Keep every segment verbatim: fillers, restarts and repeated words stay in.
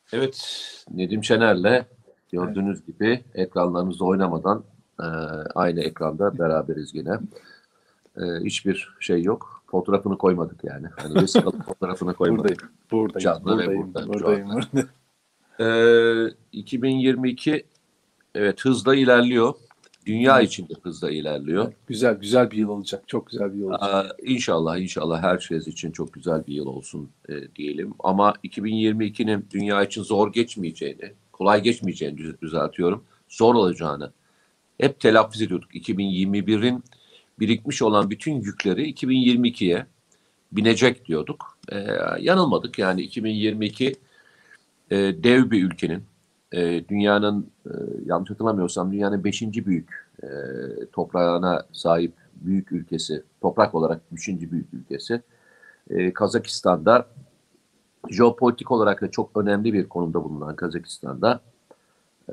Evet, Nedim Şener'le Evet. gördüğünüz gibi ekranlarımızda oynamadan e, aynı ekranda beraberiz yine. E, hiçbir şey yok. Fotoğrafını koymadık yani. Hani vesikalık fotoğrafını Buradayım, koymadık. buradayım, Canlı ve buradayım, burada şu buradayım, anda. buradayım. E, iki bin yirmi iki evet hızla ilerliyor. Dünya Evet, için de hızla ilerliyor. evet. Güzel, güzel bir yıl olacak. Çok güzel bir yıl olacak. Aa, İnşallah inşallah her şey için çok güzel bir yıl olsun e, diyelim. Ama iki bin yirmi ikinin dünya için zor geçmeyeceğini, kolay geçmeyeceğini düz- düzeltiyorum. Zor olacağını hep telaffuz ediyorduk. iki bin yirmi birin birikmiş olan bütün yükleri iki bin yirmi ikiye binecek diyorduk. E, yanılmadık. Yani iki bin yirmi iki e, dev bir ülkenin, e, dünyanın e, yanlış hatırlamıyorsam dünyanın beşinci büyük e, toprağına sahip büyük ülkesi, toprak olarak beşinci büyük ülkesi. E, Kazakistan'da jeopolitik olarak da çok önemli bir konumda bulunan Kazakistan'da e,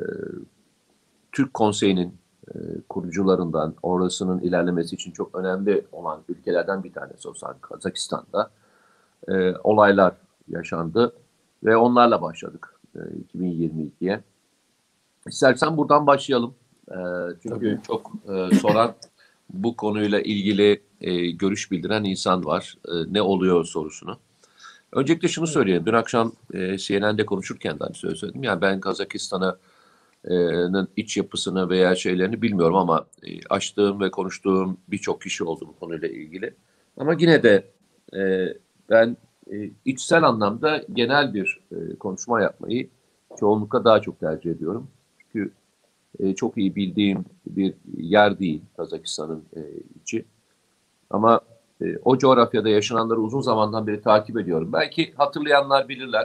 Türk Konseyi'nin e, kurucularından, orasının ilerlemesi için çok önemli olan ülkelerden bir tanesi olan Kazakistan'da e, olaylar yaşandı ve onlarla başladık e, iki bin yirmi ikiye. İstersen buradan başlayalım. E, Tabii. çünkü çok e, soran bu konuyla ilgili e, görüş bildiren insan var. E, ne oluyor sorusunu. Öncelikle şunu Evet. söyleyeyim. Dün akşam e, C N N'de konuşurken de aynı söz söyledim. Yani ben Kazakistan'ın iç yapısını veya şeylerini bilmiyorum ama e, açtığım ve konuştuğum birçok kişi oldu bu konuyla ilgili. Ama yine de e, ben e, içsel anlamda genel bir e, konuşma yapmayı çoğunlukla daha çok tercih ediyorum. Çünkü e, çok iyi bildiğim bir yer değil Kazakistan'ın e, içi. Ama e, o coğrafyada yaşananları uzun zamandan beri takip ediyorum. Belki hatırlayanlar bilirler.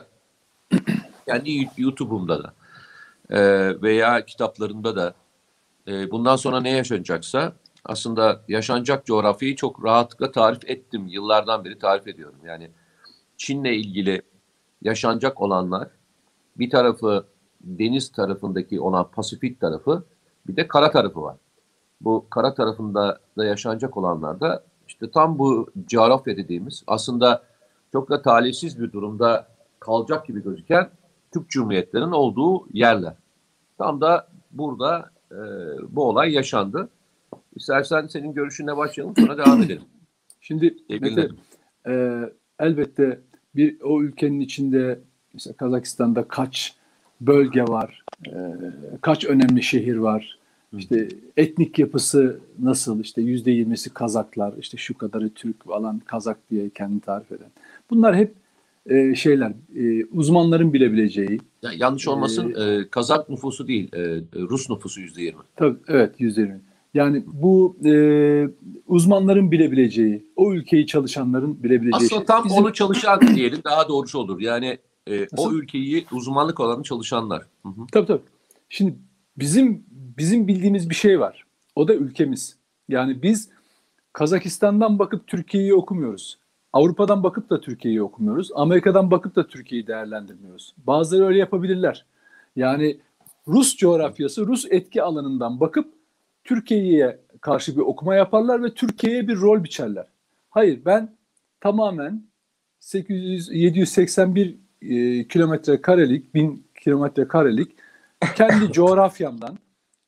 Kendi YouTube'umda da e, veya kitaplarımda da e, bundan sonra ne yaşanacaksa aslında yaşanacak coğrafyayı çok rahatlıkla tarif ettim. Yıllardan beri tarif ediyorum. Yani Çin'le ilgili yaşanacak olanlar bir tarafı deniz tarafındaki olan Pasifik tarafı bir de kara tarafı var. Bu kara tarafında da yaşanacak olanlar da işte tam bu coğrafya dediğimiz aslında çok da talihsiz bir durumda kalacak gibi gözüken Türk Cumhuriyetlerinin olduğu yerler. Tam da burada e, bu olay yaşandı. İstersen senin görüşüne başlayalım sonra devam edelim. Şimdi Sevgili Mete, Nedim. e, elbette bir o ülkenin içinde mesela Kazakistan'da kaç bölge var, e, kaç önemli şehir var, işte etnik yapısı nasıl, işte yüzde yirmisi Kazaklar, işte şu kadarı Türk falan Kazak diye kendini tarif eden. Bunlar hep e, şeyler, e, uzmanların bilebileceği. Ya, yanlış e, olmasın e, Kazak nüfusu değil e, Rus nüfusu yüzde yirmi. Tabii, evet, yüzde yirmi. Yani bu e, uzmanların bilebileceği, o ülkeyi çalışanların bilebileceği Aslında şey. tam Bizim onu çalışan diyelim daha doğrusu olur. Yani e, o nasıl? ülkeyi uzmanlık alanı çalışanlar. Hı hı. Tabii, tabii. Şimdi bizim bizim bildiğimiz bir şey var. O da ülkemiz. Yani biz Kazakistan'dan bakıp Türkiye'yi okumuyoruz. Avrupa'dan bakıp da Türkiye'yi okumuyoruz. Amerika'dan bakıp da Türkiye'yi değerlendirmiyoruz. Bazıları öyle yapabilirler. Yani Rus coğrafyası, Rus etki alanından bakıp Türkiye'ye karşı bir okuma yaparlar ve Türkiye'ye bir rol biçerler. Hayır, ben tamamen sekiz yüz yedi yüz seksen bir e, kilometre karelik, bin kilometre karelik kendi coğrafyamdan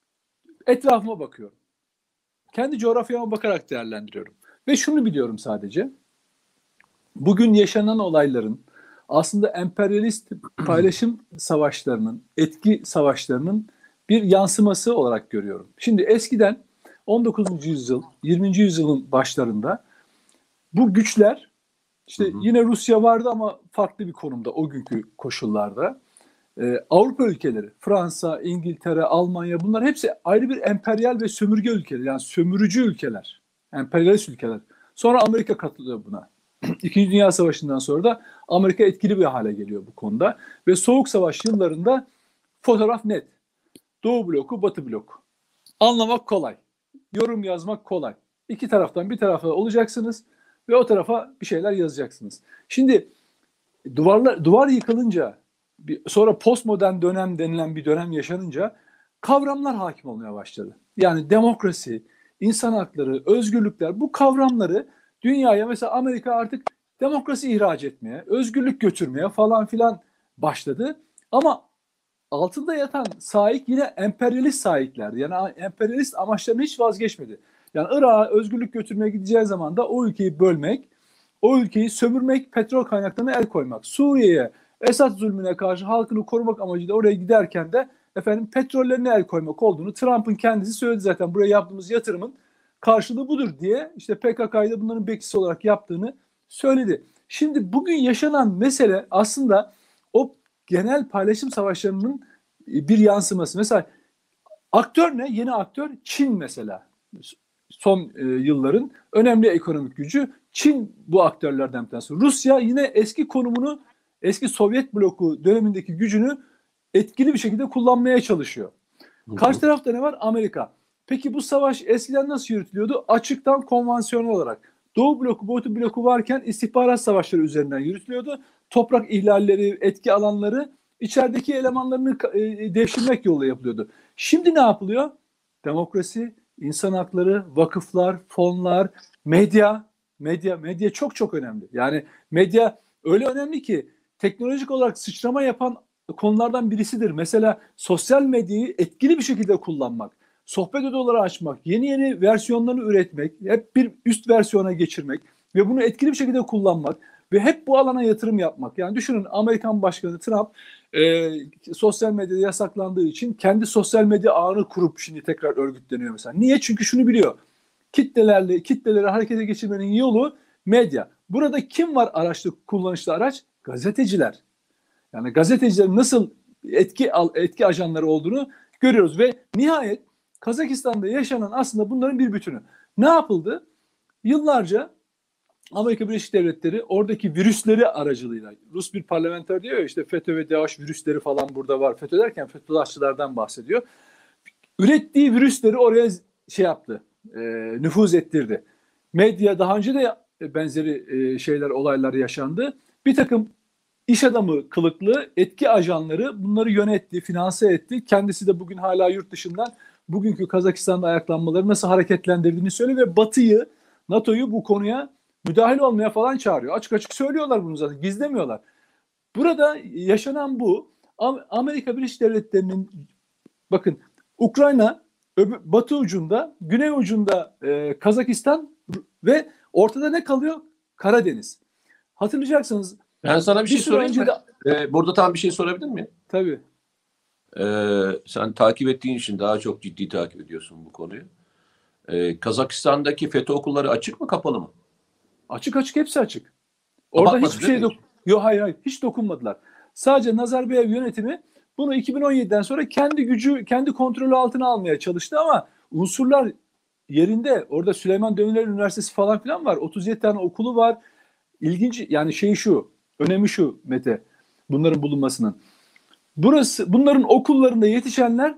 etrafıma bakıyorum. Kendi coğrafyama bakarak değerlendiriyorum. Ve şunu biliyorum sadece. Bugün yaşanan olayların aslında emperyalist paylaşım savaşlarının, etki savaşlarının bir yansıması olarak görüyorum. Şimdi eskiden on dokuzuncu yüzyıl, yirminci yüzyılın başlarında bu güçler, Hı işte hı. yine Rusya vardı ama farklı bir konumda o günkü koşullarda. Ee, Avrupa ülkeleri, Fransa, İngiltere, Almanya, bunlar hepsi ayrı bir emperyal ve sömürge ülkeleri. Yani sömürücü ülkeler, emperyalist ülkeler. Sonra Amerika katılıyor buna. İkinci Dünya Savaşı'ndan sonra da Amerika etkili bir hale geliyor bu konuda. Ve Soğuk Savaş yıllarında fotoğraf net. Doğu bloku, Batı bloku. Anlamak kolay. Yorum yazmak kolay. İki taraftan bir tarafa olacaksınız ve o tarafa bir şeyler yazacaksınız. Şimdi duvarlar duvar yıkılınca, bir, sonra postmodern dönem denilen bir dönem yaşanınca kavramlar hakim olmaya başladı. Yani demokrasi, insan hakları, özgürlükler, bu kavramları dünyaya, mesela Amerika artık demokrasi ihraç etmeye, özgürlük götürmeye falan filan başladı. Ama altında yatan sahip yine emperyalist sahiplerdi. Yani emperyalist amaçlarını hiç vazgeçmedi. Yani Irak'a özgürlük götürmeye gideceği zaman da o ülkeyi bölmek, o ülkeyi sömürmek, petrol kaynaklarına el koymak. Suriye'ye Esad zulmüne karşı halkını korumak amacıyla oraya giderken de efendim petrollerine el koymak olduğunu Trump'ın kendisi söyledi zaten. Buraya yaptığımız yatırımın karşılığı budur diye işte P K K'yı da bunların bekçisi olarak yaptığını söyledi. Şimdi bugün yaşanan mesele aslında o genel paylaşım savaşlarının bir yansıması. Mesela aktör ne? Yeni aktör Çin mesela. Son e, yılların önemli ekonomik gücü Çin bu aktörlerden bir tanesi. Rusya yine eski konumunu, eski Sovyet bloku dönemindeki gücünü etkili bir şekilde kullanmaya çalışıyor. Karşı tarafta ne var? Amerika. Peki bu savaş eskiden nasıl yürütülüyordu? Açıktan konvansiyonel olarak. Doğu bloku, Batı bloku varken istihbarat savaşları üzerinden yürütülüyordu. Toprak ihlalleri, etki alanları içerideki elemanlarını e, devşirmek yoluyla yapılıyordu. Şimdi ne yapılıyor? Demokrasi, insan hakları, vakıflar, fonlar, medya, medya, medya çok çok önemli. Yani medya öyle önemli ki teknolojik olarak sıçrama yapan konulardan birisidir. Mesela sosyal medyayı etkili bir şekilde kullanmak, sohbet odaları açmak, yeni yeni versiyonlarını üretmek, hep bir üst versiyona geçirmek ve bunu etkili bir şekilde kullanmak ve hep bu alana yatırım yapmak. Yani düşünün Amerikan Başkanı Trump e, sosyal medyada yasaklandığı için kendi sosyal medya ağını kurup şimdi tekrar örgütleniyor mesela. Niye? Çünkü şunu biliyor. Kitlelerle kitleleri harekete geçirmenin yolu medya. Burada kim var araçlı kullanışlı araç? Gazeteciler. Yani gazetecilerin nasıl etki etki ajanları olduğunu görüyoruz ve nihayet Kazakistan'da yaşanan aslında bunların bir bütünü. Ne yapıldı? Yıllarca Amerika Birleşik Devletleri oradaki virüsleri aracılığıyla, Rus bir parlamenter diyor ya işte FETÖ ve DAEŞ virüsleri falan burada var. FETÖ derken Fethullahçılardan bahsediyor. Ürettiği virüsleri oraya şey yaptı, e, nüfuz ettirdi. Medya daha önce de benzeri e, şeyler, olaylar yaşandı. Bir takım İş adamı kılıklı etki ajanları bunları yönetti, finanse etti. Kendisi de bugün hala yurt dışından bugünkü Kazakistan'da ayaklanmaları nasıl hareketlendirdiğini söylüyor ve Batı'yı, NATO'yu bu konuya müdahil olmaya falan çağırıyor. Açık açık söylüyorlar bunu zaten, gizlemiyorlar. Burada yaşanan bu. Amerika Birleşik Devletleri'nin bakın Ukrayna batı ucunda, güney ucunda e, Kazakistan ve ortada ne kalıyor? Karadeniz. Hatırlayacaksınız. Ben sana bir, bir şey sorayım mı? De... Ee, burada tam bir şey sorabilir miyim? Tabii. Ee, sen takip ettiğin için daha çok ciddi takip ediyorsun bu konuyu. Ee, Kazakistan'daki FETÖ okulları açık mı, kapalı mı? Açık açık, hepsi açık. Orada Kapatmadı, hiçbir şey yok. Yok hayır hayır hiç dokunmadılar. Sadece Nazarbayev yönetimi bunu iki bin on yediden sonra kendi gücü, kendi kontrolü altına almaya çalıştı ama unsurlar yerinde. Orada Süleyman Demirel Üniversitesi falan filan var. otuz yedi tane okulu var. İlginç yani şey şu, önemi şu Mete, bunların bulunmasının. Burası, bunların okullarında yetişenler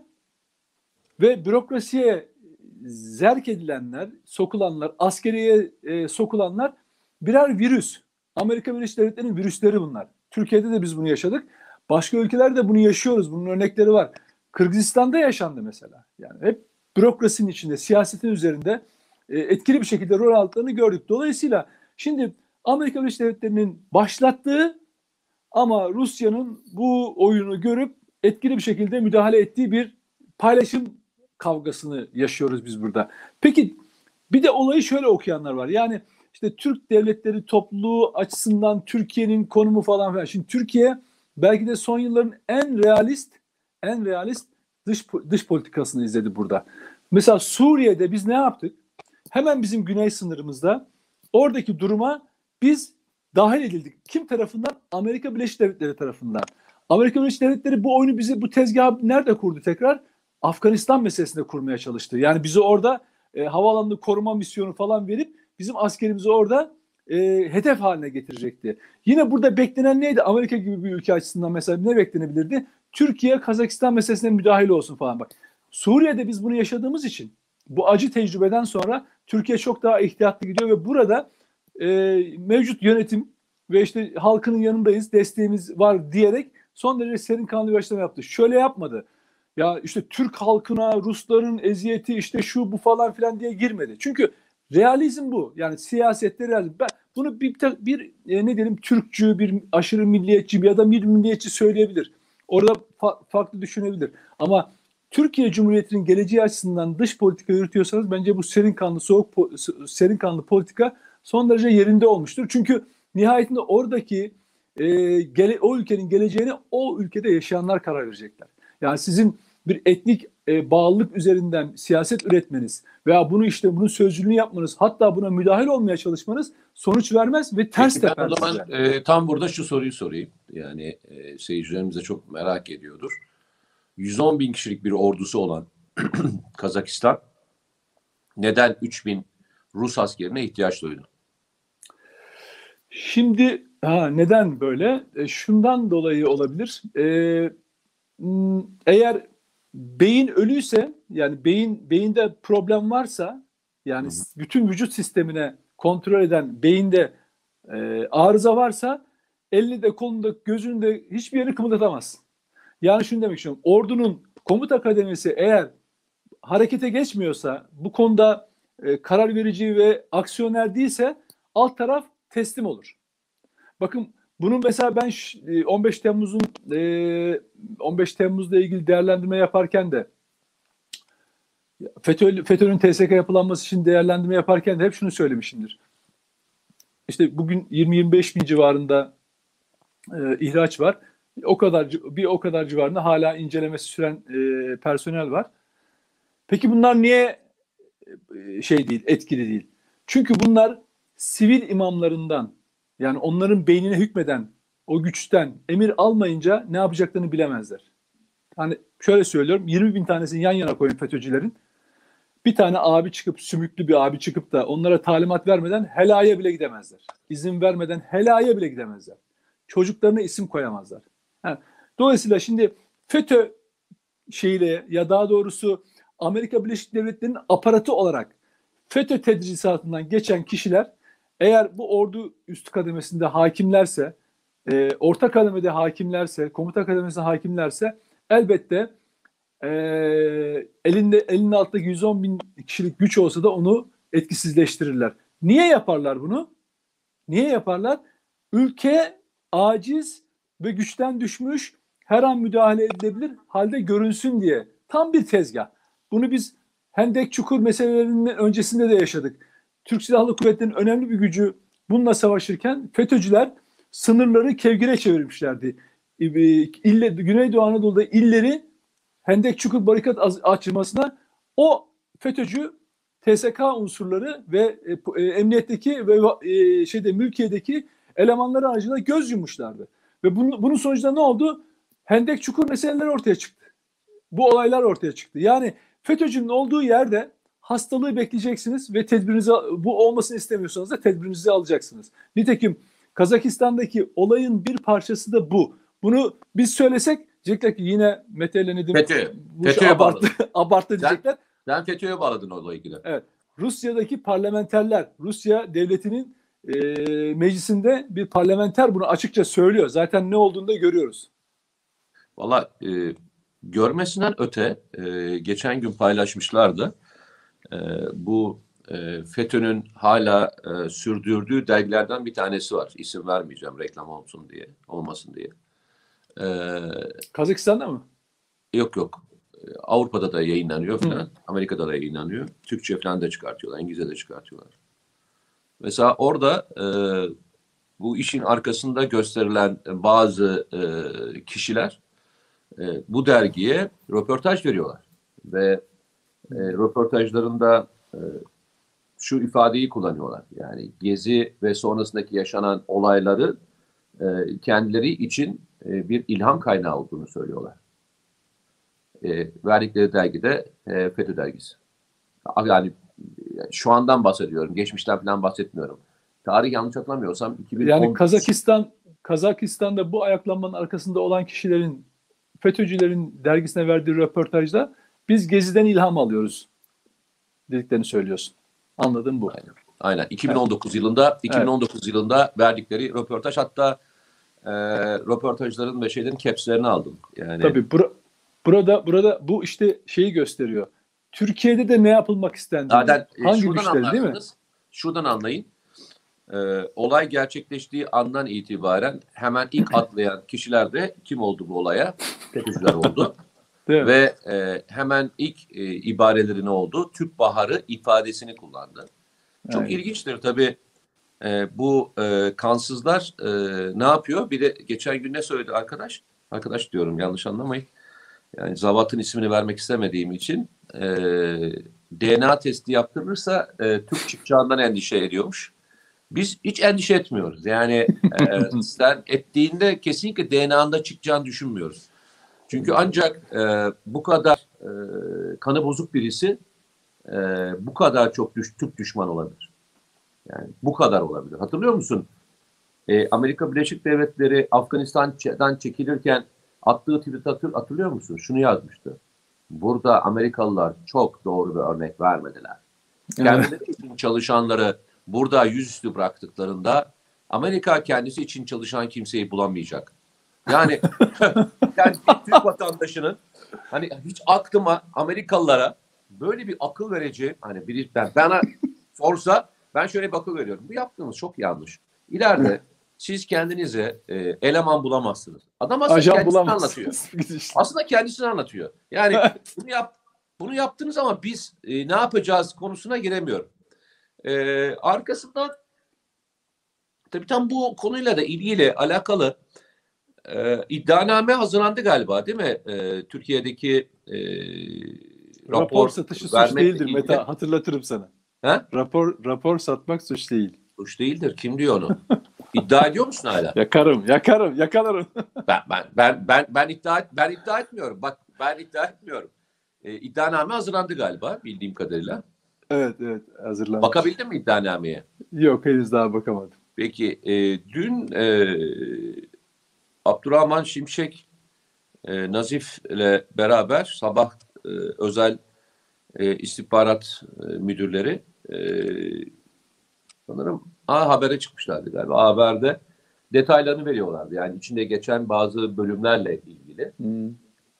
ve bürokrasiye zerk edilenler, sokulanlar, askeriye e, sokulanlar birer virüs. Amerika Birleşik Devletleri'nin virüsleri bunlar. Türkiye'de de biz bunu yaşadık. Başka ülkelerde bunu yaşıyoruz. Bunun örnekleri var. Kırgızistan'da yaşandı mesela. Yani hep bürokrasinin içinde, siyasetin üzerinde e, etkili bir şekilde rol aldıklarını gördük. Dolayısıyla şimdi Amerika Birleşik Devletleri'nin başlattığı ama Rusya'nın bu oyunu görüp etkili bir şekilde müdahale ettiği bir paylaşım kavgasını yaşıyoruz biz burada. Peki bir de olayı şöyle okuyanlar var. Yani işte Türk devletleri topluluğu açısından Türkiye'nin konumu falan filan. Şimdi Türkiye belki de son yılların en realist, en realist dış dış politikasını izledi burada. Mesela Suriye'de biz ne yaptık? Hemen bizim güney sınırımızda oradaki duruma biz dahil edildik. Kim tarafından? Amerika Birleşik Devletleri tarafından. Amerika Birleşik Devletleri bu oyunu bizi, bu tezgahı nerede kurdu tekrar? Afganistan meselesinde kurmaya çalıştı. Yani bizi orada e, havaalanını koruma misyonu falan verip bizim askerimizi orada e, hedef haline getirecekti. Yine burada beklenen neydi? Amerika gibi bir ülke açısından mesela ne beklenebilirdi? Türkiye Kazakistan meselesine müdahale olsun falan bak. Suriye'de biz bunu yaşadığımız için bu acı tecrübeden sonra Türkiye çok daha ihtiyatlı gidiyor ve burada e, mevcut yönetim ve işte halkının yanındayız, desteğimiz var diyerek son derece serin kanlı bir açıklama yaptı. Şöyle yapmadı. Ya işte Türk halkına Rusların eziyeti işte şu bu falan filan diye girmedi. Çünkü realizm bu. Yani siyasette realizm. Ben, bunu bir bir e, ne diyelim Türkçü, bir aşırı milliyetçi ya da bir milliyetçi söyleyebilir. Orada fa- farklı düşünebilir. Ama Türkiye Cumhuriyeti'nin geleceği açısından dış politika yürütüyorsanız bence bu serin kanlı soğuk po- serin kanlı politika son derece yerinde olmuştur. Çünkü nihayetinde oradaki e, gele, o ülkenin geleceğine o ülkede yaşayanlar karar verecekler. Yani sizin bir etnik e, bağlılık üzerinden siyaset üretmeniz veya bunu işte bunun sözcülüğünü yapmanız, hatta buna müdahil olmaya çalışmanız sonuç vermez ve ters Peki ben teper o zaman size. e, tam burada şu soruyu sorayım. Yani e, seyircilerimiz de çok merak ediyordur. yüz on bin kişilik bir ordusu olan Kazakistan neden üç bin Rus askerine ihtiyaç duydu? Şimdi ha, neden böyle? E, şundan dolayı olabilir. E, m, eğer beyin ölüyse, yani beyin beyinde problem varsa, yani Hı hı. bütün vücut sistemine kontrol eden beyinde e, arıza varsa, elini de kolunu da gözünü de hiçbir yerini kımıldatamaz. Yani şunu demek istiyorum. Ordunun komuta kademesi eğer harekete geçmiyorsa, bu konuda e, karar verici ve aksiyoner değilse, alt taraf teslim olur. Bakın bunun mesela ben ş- on beş Temmuz'un e, on beş Temmuz'la ilgili değerlendirme yaparken de FETÖ, FETÖ'nün T S K yapılanması için değerlendirme yaparken de hep şunu söylemişimdir. İşte bugün yirmi yirmi beş bin civarında e, ihraç var. O kadar bir o kadar civarında hala incelemesi süren e, personel var. Peki bunlar niye e, şey değil, etkili değil? Çünkü bunlar sivil imamlarından, yani onların beynine hükmeden o güçten emir almayınca ne yapacaklarını bilemezler. Hani şöyle söylüyorum, yirmi bin tanesini yan yana koyun FETÖ'cülerin. Bir tane abi çıkıp, sümüklü bir abi çıkıp da onlara talimat vermeden helaya bile gidemezler. İzin vermeden helaya bile gidemezler. Çocuklarına isim koyamazlar. Ha, dolayısıyla şimdi FETÖ şeyle, ya daha doğrusu Amerika Birleşik Devletleri'nin aparatı olarak FETÖ tedrisatından geçen kişiler eğer bu ordu üst kademesinde hakimlerse, e, orta kademede hakimlerse, komuta kademesinde hakimlerse, elbette e, elinde elinin alttaki yüz on bin kişilik güç olsa da onu etkisizleştirirler. Niye yaparlar bunu? Niye yaparlar? Ülke aciz ve güçten düşmüş, her an müdahale edilebilir halde görünsün diye. Tam bir tezgah. Bunu biz Hendek Çukur meselelerinin öncesinde de yaşadık. Türk Silahlı Kuvvetleri'nin önemli bir gücü bununla savaşırken FETÖ'cüler sınırları kevgire çevirmişlerdi. İlle, Güneydoğu Anadolu'da illeri Hendek Çukur barikat açılmasına o FETÖ'cü T S K unsurları ve e, emniyetteki ve e, şeyde mülkiyedeki elemanları aracılığıyla göz yummuşlardı. Ve bunun, bunun sonucunda ne oldu? Hendek Çukur meseleleri ortaya çıktı. Bu olaylar ortaya çıktı. Yani FETÖ'cünün olduğu yerde hastalığı bekleyeceksiniz ve tedbirinizi, bu olmasını istemiyorsanız da tedbirinizi alacaksınız. Nitekim Kazakistan'daki olayın bir parçası da bu. Bunu biz söylesek diyecekler ki yine Mete ile Nedim FETÖ. bu işi FETÖ'ye abarttı, bağladın. abarttı Sen, diyecekler. sen FETÖ'ye bağladın olayla ilgili. Evet. Rusya'daki parlamenterler, Rusya devletinin e, meclisinde bir parlamenter bunu açıkça söylüyor. Zaten ne olduğunu da görüyoruz. Valla e, görmesinden öte e, geçen gün paylaşmışlardı. E, bu e, FETÖ'nün hala e, sürdürdüğü dergilerden bir tanesi var. İsim vermeyeceğim reklam olsun diye, olmasın diye. E, Kazakistan'da mı? yok yok. E, Avrupa'da da yayınlanıyor falan. Hı. Amerika'da da yayınlanıyor. Türkçe falan da çıkartıyorlar. İngilizce de çıkartıyorlar. Mesela orada e, bu işin arkasında gösterilen bazı e, kişiler e, bu dergiye röportaj veriyorlar. Ve e, röportajlarında e, şu ifadeyi kullanıyorlar. Yani Gezi ve sonrasındaki yaşanan olayları e, kendileri için e, bir ilham kaynağı olduğunu söylüyorlar. E, verdikleri dergide e, FETÖ dergisi. Yani şu andan bahsediyorum. Geçmişten falan bahsetmiyorum. Tarih yanlış hatırlamıyorsam iki bin on Yani Kazakistan Kazakistan'da bu ayaklanmanın arkasında olan kişilerin, FETÖ'cülerin dergisine verdiği röportajda biz Gezi'den ilham alıyoruz dediklerini söylüyorsun. Anladım bu. Aynen. Aynen. iki bin on dokuz evet. yılında iki bin on dokuz evet. yılında verdikleri röportaj, hatta e, röportajların ve şeylerin caps'lerini aldım. Yani tabii bura, burada burada bu işte şeyi gösteriyor. Türkiye'de de ne yapılmak istendiğini, zaten, hangi şuradan güçlerin, değil mi? Şuradan anlayın. e, olay gerçekleştiği andan itibaren hemen ilk atlayan kişiler de kim oldu bu olaya? FETÖ'cüler oldu. Ve e, hemen ilk e, ibareleri ne oldu? Türk Baharı ifadesini kullandı. Çok Evet. ilginçtir tabii. E, bu e, kansızlar e, ne yapıyor? Bir de geçen gün ne söyledi arkadaş? Arkadaş diyorum, yanlış anlamayın. Yani zavatın ismini vermek istemediğim için e, D N A testi yaptırırsa e, Türk çıkacağından endişe ediyormuş. Biz hiç endişe etmiyoruz. Yani e, sen ettiğinde kesinlikle D N A'nda çıkacağını düşünmüyoruz. Çünkü ancak e, bu kadar e, kanı bozuk birisi e, bu kadar çok düş, Türk düşman olabilir. Yani bu kadar olabilir. Hatırlıyor musun? E, Amerika Birleşik Devletleri Afganistan'dan çekilirken attığı tweet hatır, hatırlıyor musun? Şunu yazmıştı. Burada Amerikalılar çok doğru bir örnek vermediler. Kendileri için çalışanları burada yüzüstü bıraktıklarında Amerika kendisi için çalışan kimseyi bulamayacak. Yani, yani bir Türk vatandaşının hani hiç aklıma Amerikalılara böyle bir akıl vereceğim, hani biri ben, bana sorsa ben şöyle bir akıl veriyorum. Bu yaptığınız çok yanlış. İleride siz kendinize e, eleman bulamazsınız. Adam aslında Ajan kendisini bulamazsınız. anlatıyor. Aslında kendisini anlatıyor. Yani bunu yap, bunu yaptınız ama biz e, ne yapacağız konusuna giremiyorum. E, arkasından tabii tam bu konuyla da ilgili alakalı e, iddianame hazırlandı galiba, değil mi? E, Türkiye'deki e, rapor, rapor satışı suç değildir ilgili. Meta, hatırlatırım sana. He? Rapor rapor satmak suç değil. Suç değildir. Kim diyor onu? İddia ediyor musun hala? Yakarım, yakarım, yakalarım. ben ben ben ben ben iddia et, ben iddia etmiyorum. Bak, ben iddia etmiyorum. E, iddianame hazırlandı galiba bildiğim kadarıyla. Evet, evet, hazırlanmış. Bakabildin mi iddianameye? Yok, henüz daha bakamadım. Peki, e, dün e, Abdurrahman Şimşek e, Nazif ile beraber sabah e, özel e, istihbarat e, müdürleri e, sanırım A Haber'e çıkmışlardı galiba. A Haber'de detaylarını veriyorlardı. Yani içinde geçen bazı bölümlerle ilgili. Hmm.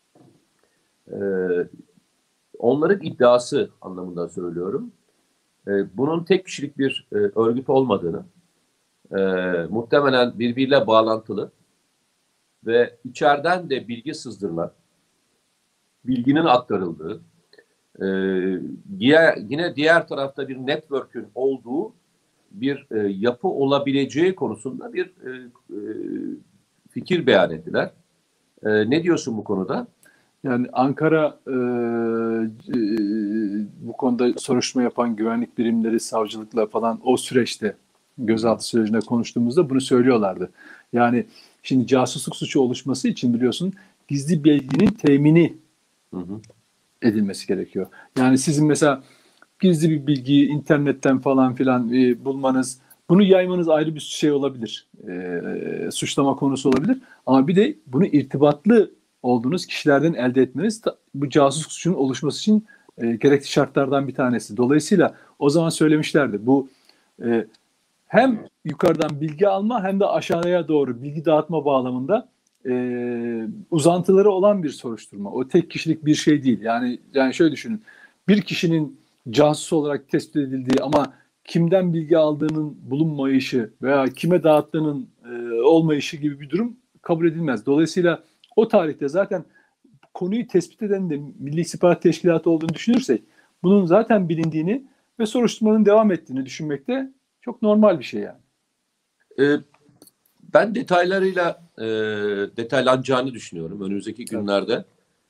E, onların iddiası anlamında söylüyorum. E, bunun tek kişilik bir e, örgüt olmadığını, e, muhtemelen birbiriyle bağlantılı ve içeriden de bilgi sızdırılan, bilginin aktarıldığı, e, diğer, yine diğer tarafta bir network'ün olduğu bir e, yapı olabileceği konusunda bir e, e, fikir beyan ettiler. E, ne diyorsun bu konuda? Yani Ankara e, e, bu konuda soruşturma yapan güvenlik birimleri, savcılıkla falan o süreçte gözaltı sürecinde konuştuğumuzda bunu söylüyorlardı. Yani şimdi casusluk suçu oluşması için biliyorsun gizli bilginin temini hı hı. edilmesi gerekiyor. Yani sizin mesela gizli bir bilgiyi internetten falan filan e, bulmanız, bunu yaymanız ayrı bir şey olabilir. E, suçlama konusu olabilir. Ama bir de bunu irtibatlı olduğunuz kişilerden elde etmeniz bu casus suçunun oluşması için e, gerekli şartlardan bir tanesi. Dolayısıyla o zaman söylemişlerdi. Bu e, hem yukarıdan bilgi alma hem de aşağıya doğru bilgi dağıtma bağlamında e, uzantıları olan bir soruşturma. O tek kişilik bir şey değil. Yani yani şöyle düşünün. Bir kişinin casus olarak tespit edildiği ama kimden bilgi aldığının bulunmayışı veya kime dağıttığının e, olmayışı gibi bir durum kabul edilmez. Dolayısıyla o tarihte zaten konuyu tespit eden de Milli İstihbarat Teşkilatı olduğunu düşünürsek bunun zaten bilindiğini ve soruşturmanın devam ettiğini düşünmekte çok normal bir şey yani. Ee, ben detaylarıyla e, detaylanacağını düşünüyorum önümüzdeki günlerde.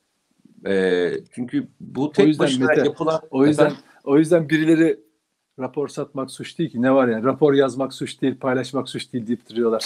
E, çünkü bu tek başına Mete, yapılan... O yüzden, efendim, o yüzden birileri rapor satmak suç değil ki. Ne var yani? Rapor yazmak suç değil, paylaşmak suç değil deyip duruyorlar.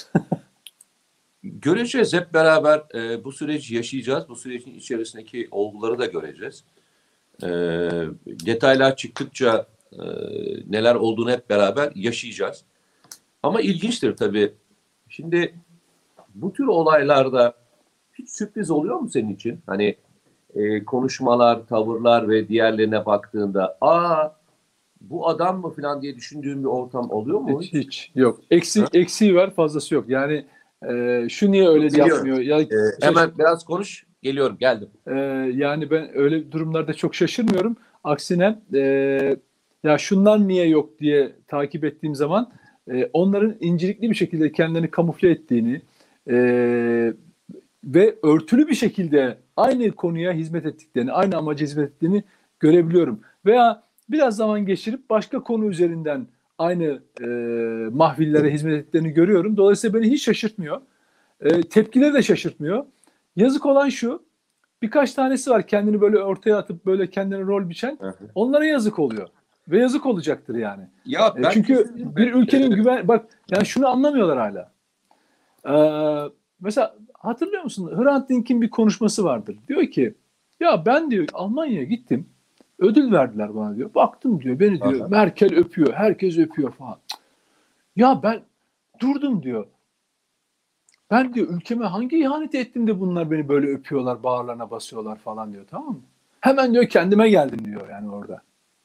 Göreceğiz hep beraber, e, bu süreci yaşayacağız. Bu sürecin içerisindeki olguları da göreceğiz. E, detaylar çıktıkça e, neler olduğunu hep beraber yaşayacağız. Ama ilginçtir tabii. Şimdi bu tür olaylarda hiç sürpriz oluyor mu senin için? Hani e, konuşmalar, tavırlar ve diğerlerine baktığında aa bu adam mı falan diye düşündüğün bir ortam oluyor mu? Hiç, hiç yok. Eksi, eksiği var, fazlası yok. Yani e, şu niye öyle Geliyorum. yapmıyor? Ya, ee, hemen şaş- biraz konuş. Geliyorum, geldim. E, yani ben öyle durumlarda çok şaşırmıyorum. Aksine e, ya şunlar niye yok diye takip ettiğim zaman e, onların incelikli bir şekilde kendilerini kamufle ettiğini e, ve örtülü bir şekilde aynı konuya hizmet ettiklerini, aynı amaca hizmet ettiğini görebiliyorum. Veya biraz zaman geçirip başka konu üzerinden aynı e, mahvillere hizmet ettiklerini görüyorum. Dolayısıyla beni hiç şaşırtmıyor. E, tepkileri de şaşırtmıyor. Yazık olan şu, birkaç tanesi var kendini böyle ortaya atıp böyle kendine rol biçen, Hı hı. onlara yazık oluyor. Ve yazık olacaktır yani. Ya E, ben çünkü kesinlikle- bir ülkenin e, güven... Bak yani şunu anlamıyorlar hala. Ee, mesela hatırlıyor musun? Hrant Dink'in bir konuşması vardır. Diyor ki ya ben diyor Almanya'ya gittim. Ödül verdiler bana diyor. Baktım diyor beni diyor Aha. Merkel öpüyor. Herkes öpüyor falan. Cık. Ya ben durdum diyor. Ben diyor ülkeme hangi ihaneti ettim de bunlar beni böyle öpüyorlar, bağırlarına basıyorlar falan diyor, tamam mı? Hemen diyor kendime geldim diyor yani orada.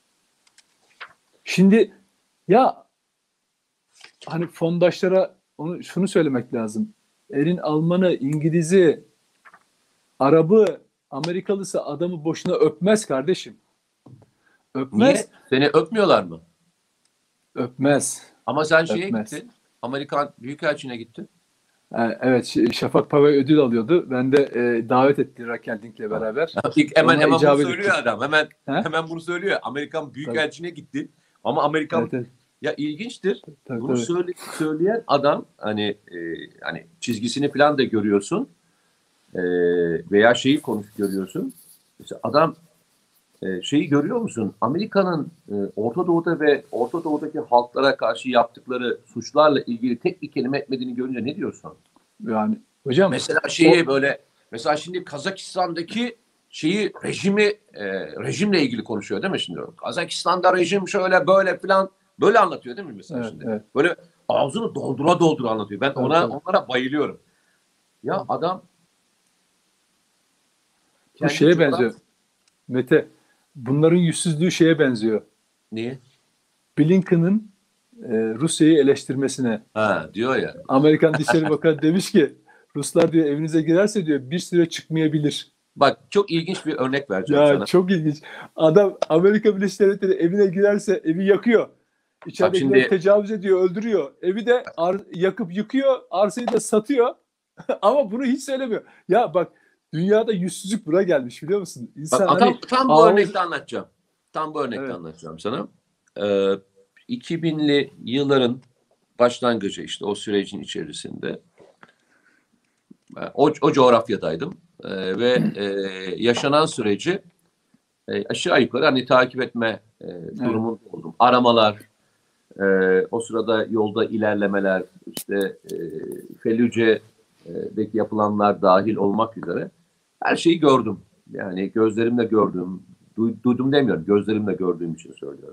Şimdi ya hani fondaşlara onu şunu söylemek lazım. Elin Almanı, İngiliz'i, Arabı, Amerikalısı adamı boşuna öpmez kardeşim. Öpmez. Niye? Seni öpmüyorlar mı? Öpmez. Ama sen şeye Öpmez. gittin. Amerikan Büyükelçiliğine gittin. Ha, evet Ş- Şafak Pavay ödül alıyordu. Ben de e, davet etti Rakel Dink'le beraber. İlk hemen Ona hemen bunu icabet söylüyor ettim. adam. Hemen Ha? hemen bunu söylüyor. Amerikan Büyükelçiliğine gitti. Ama Amerikan Evet, evet. ya ilginçtir. Tabii, Bunu tabii. söyle, söyleyen adam hani e, hani çizgisini falan da görüyorsun. E, veya şeyi konuş görüyorsun. Mesela adam e, şeyi görüyor musun? Amerika'nın e, Orta Doğu'da ve Orta Doğu'daki halklara karşı yaptıkları suçlarla ilgili tek bir kelime etmediğini görünce ne diyorsun? Yani hocam Mesela şeyi o, böyle mesela şimdi Kazakistan'daki şeyi rejimi e, rejimle ilgili konuşuyor değil mi şimdi? Kazakistan'da rejim şöyle böyle falan böyle anlatıyor değil mi mesela evet, şimdi? evet, Böyle ağzını doldura doldura anlatıyor. Ben tabii, ona tabii. onlara bayılıyorum. Ya adam Bu kendi şeye coğraf benziyor. Mete, bunların yüzsüzlüğü şeye benziyor. niye? Blinken'ın e, Rusya'yı eleştirmesine. Ha diyor ya. Amerikan Dışişleri Bakanı demiş ki Ruslar diyor evinize girerse diyor bir süre çıkmayabilir. Bak çok ilginç bir örnek vereceğim Ya sana. çok ilginç. Adam Amerika Birleşik Devletleri evine girerse evi yakıyor. Bak İçeridekileri şimdi tecavüz ediyor, öldürüyor. Evi de ar- yakıp yıkıyor, arsayı da satıyor. Ama bunu hiç söylemiyor. Ya bak dünyada yüzsüzlük buna gelmiş biliyor musun? İnsan bak tam, hani tam bu ağız... örnekte anlatacağım. Tam bu örnekte Evet, anlatacağım sana. Ee, iki binli yılların başlangıcı işte o sürecin içerisinde o, o coğrafyadaydım. Ee, ve e, yaşanan süreci e, aşağı yukarı hani takip etme e, evet. durumunda oldum. Aramalar, e, o sırada yolda ilerlemeler, işte e, Fellüce'deki yapılanlar dahil olmak üzere her şeyi gördüm. Yani gözlerimle gördüm, du- duydum demiyorum, gözlerimle gördüğüm için söylüyorum.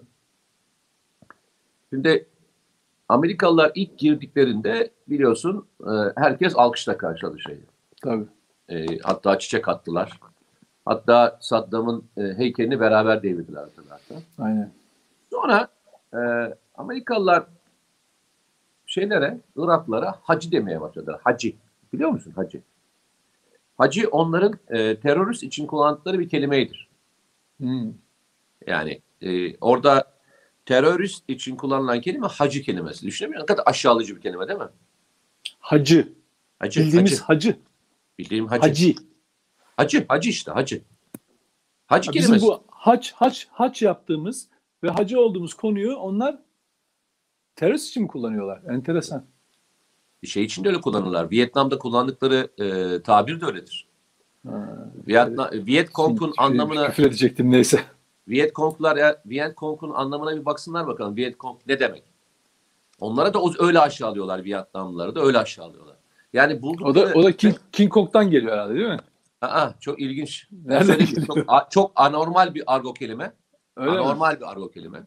Şimdi Amerikalılar ilk girdiklerinde biliyorsun e, herkes alkışla karşıladı şeyi. Tabii. E, hatta çiçek attılar. Hatta Saddam'ın e, heykelini beraber devirdiler hatırlarsan. Aynen. Sonra e, Amerikalılar şeylere, Iraklara hacı demeye başladılar. Hacı. Biliyor musun hacı? Hacı onların e, terörist için kullandıkları bir kelimeydir. Hmm. Yani e, orada terörist için kullanılan kelime hacı kelimesi. Düşünebiliyor musun? Ne kadar aşağılayıcı bir kelime değil mi? Hacı. Hacı, Bildiğimiz hacı. hacı. Bildiğim hacı. Hacı. Hacı, hacı işte hacı. Hacı Bizim kelimesi. bu haç haç haç yaptığımız ve hacı olduğumuz konuyu onlar terörist için mi kullanıyorlar? Enteresan. Şey için de öyle kullanırlar. Vietnam'da kullandıkları e, tabir de öyledir. Ha, Vietnam, Viet şimdi Cong'un küfür, anlamına küfür edecektim neyse. Viet Cong'lar ya Viet Cong'un anlamına bir baksınlar bakalım. Viet Cong ne demek? Onlara da o- öyle aşağılıyorlar Vietnamlıları da öyle aşağılıyorlar. Yani O da buldukları o da King, King Kong'dan geliyor herhalde değil mi? Aa, çok ilginç. Ben Nereden söyleyeyim mi? geliyor? Çok, a- çok anormal bir argo kelime. Öyle mi? Anormal bir argo kelime.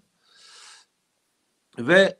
Ve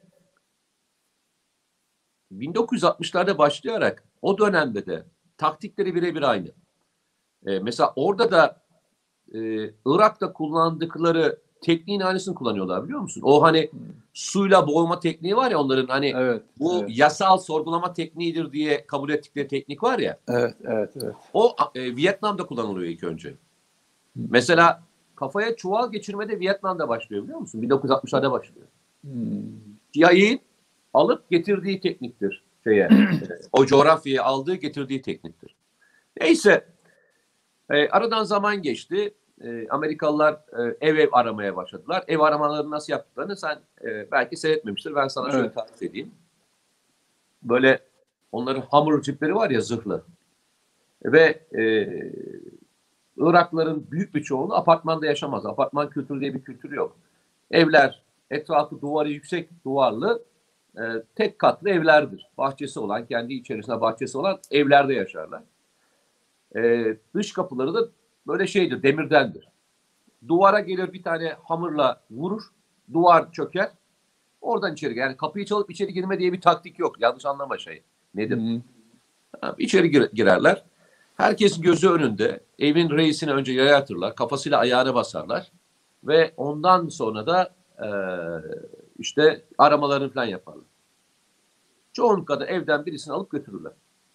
bin dokuz yüz altmışlarda başlayarak o dönemde de taktikleri birebir aynı. Ee, mesela orada da e, Irak'ta kullandıkları tekniğin aynısını kullanıyorlar biliyor musun? O hani suyla boğma tekniği var ya onların hani Evet, bu evet, yasal sorgulama tekniğidir diye kabul ettikleri teknik var ya. evet, evet, evet. O e, Vietnam'da kullanılıyor ilk önce. Mesela kafaya çuval geçirme de Vietnam'da başlıyor biliyor musun? bin dokuz yüz altmışlarda başlıyor. Hmm. C I A'nin alıp getirdiği tekniktir şeye. O coğrafyayı aldığı getirdiği tekniktir. Neyse e, aradan zaman geçti. E, Amerikalılar e, ev ev aramaya başladılar. Ev aramalarını nasıl yaptıklarını sen e, belki seyretmemiştir. Ben sana şöyle Evet. tarif edeyim. Böyle onların hamur cipleri var ya, zırhlı. Ve e, Iraklıların büyük bir çoğunluğu apartmanda yaşamaz. Apartman kültürü diye bir kültür yok. Evler, etrafı duvarı yüksek duvarlı, e, tek katlı evlerdir. Bahçesi olan, kendi içerisinde bahçesi olan evlerde yaşarlar. E, dış kapıları da böyle şeydir, demirdendir. Duvara gelir bir tane hamurla vurur, duvar çöker, oradan içeri girer. Yani kapıyı çalıp içeri girme diye bir taktik yok. Yanlış anlama şey. Nedir? Hı hı. İçeri gir- girerler. Herkes gözü önünde. Evin reisini önce yere yatırırlar. Kafasıyla ayağına basarlar. Ve ondan sonra da e, işte aramalarını falan yaparlar. Çoğunlukla da evden birisini alıp götürürler.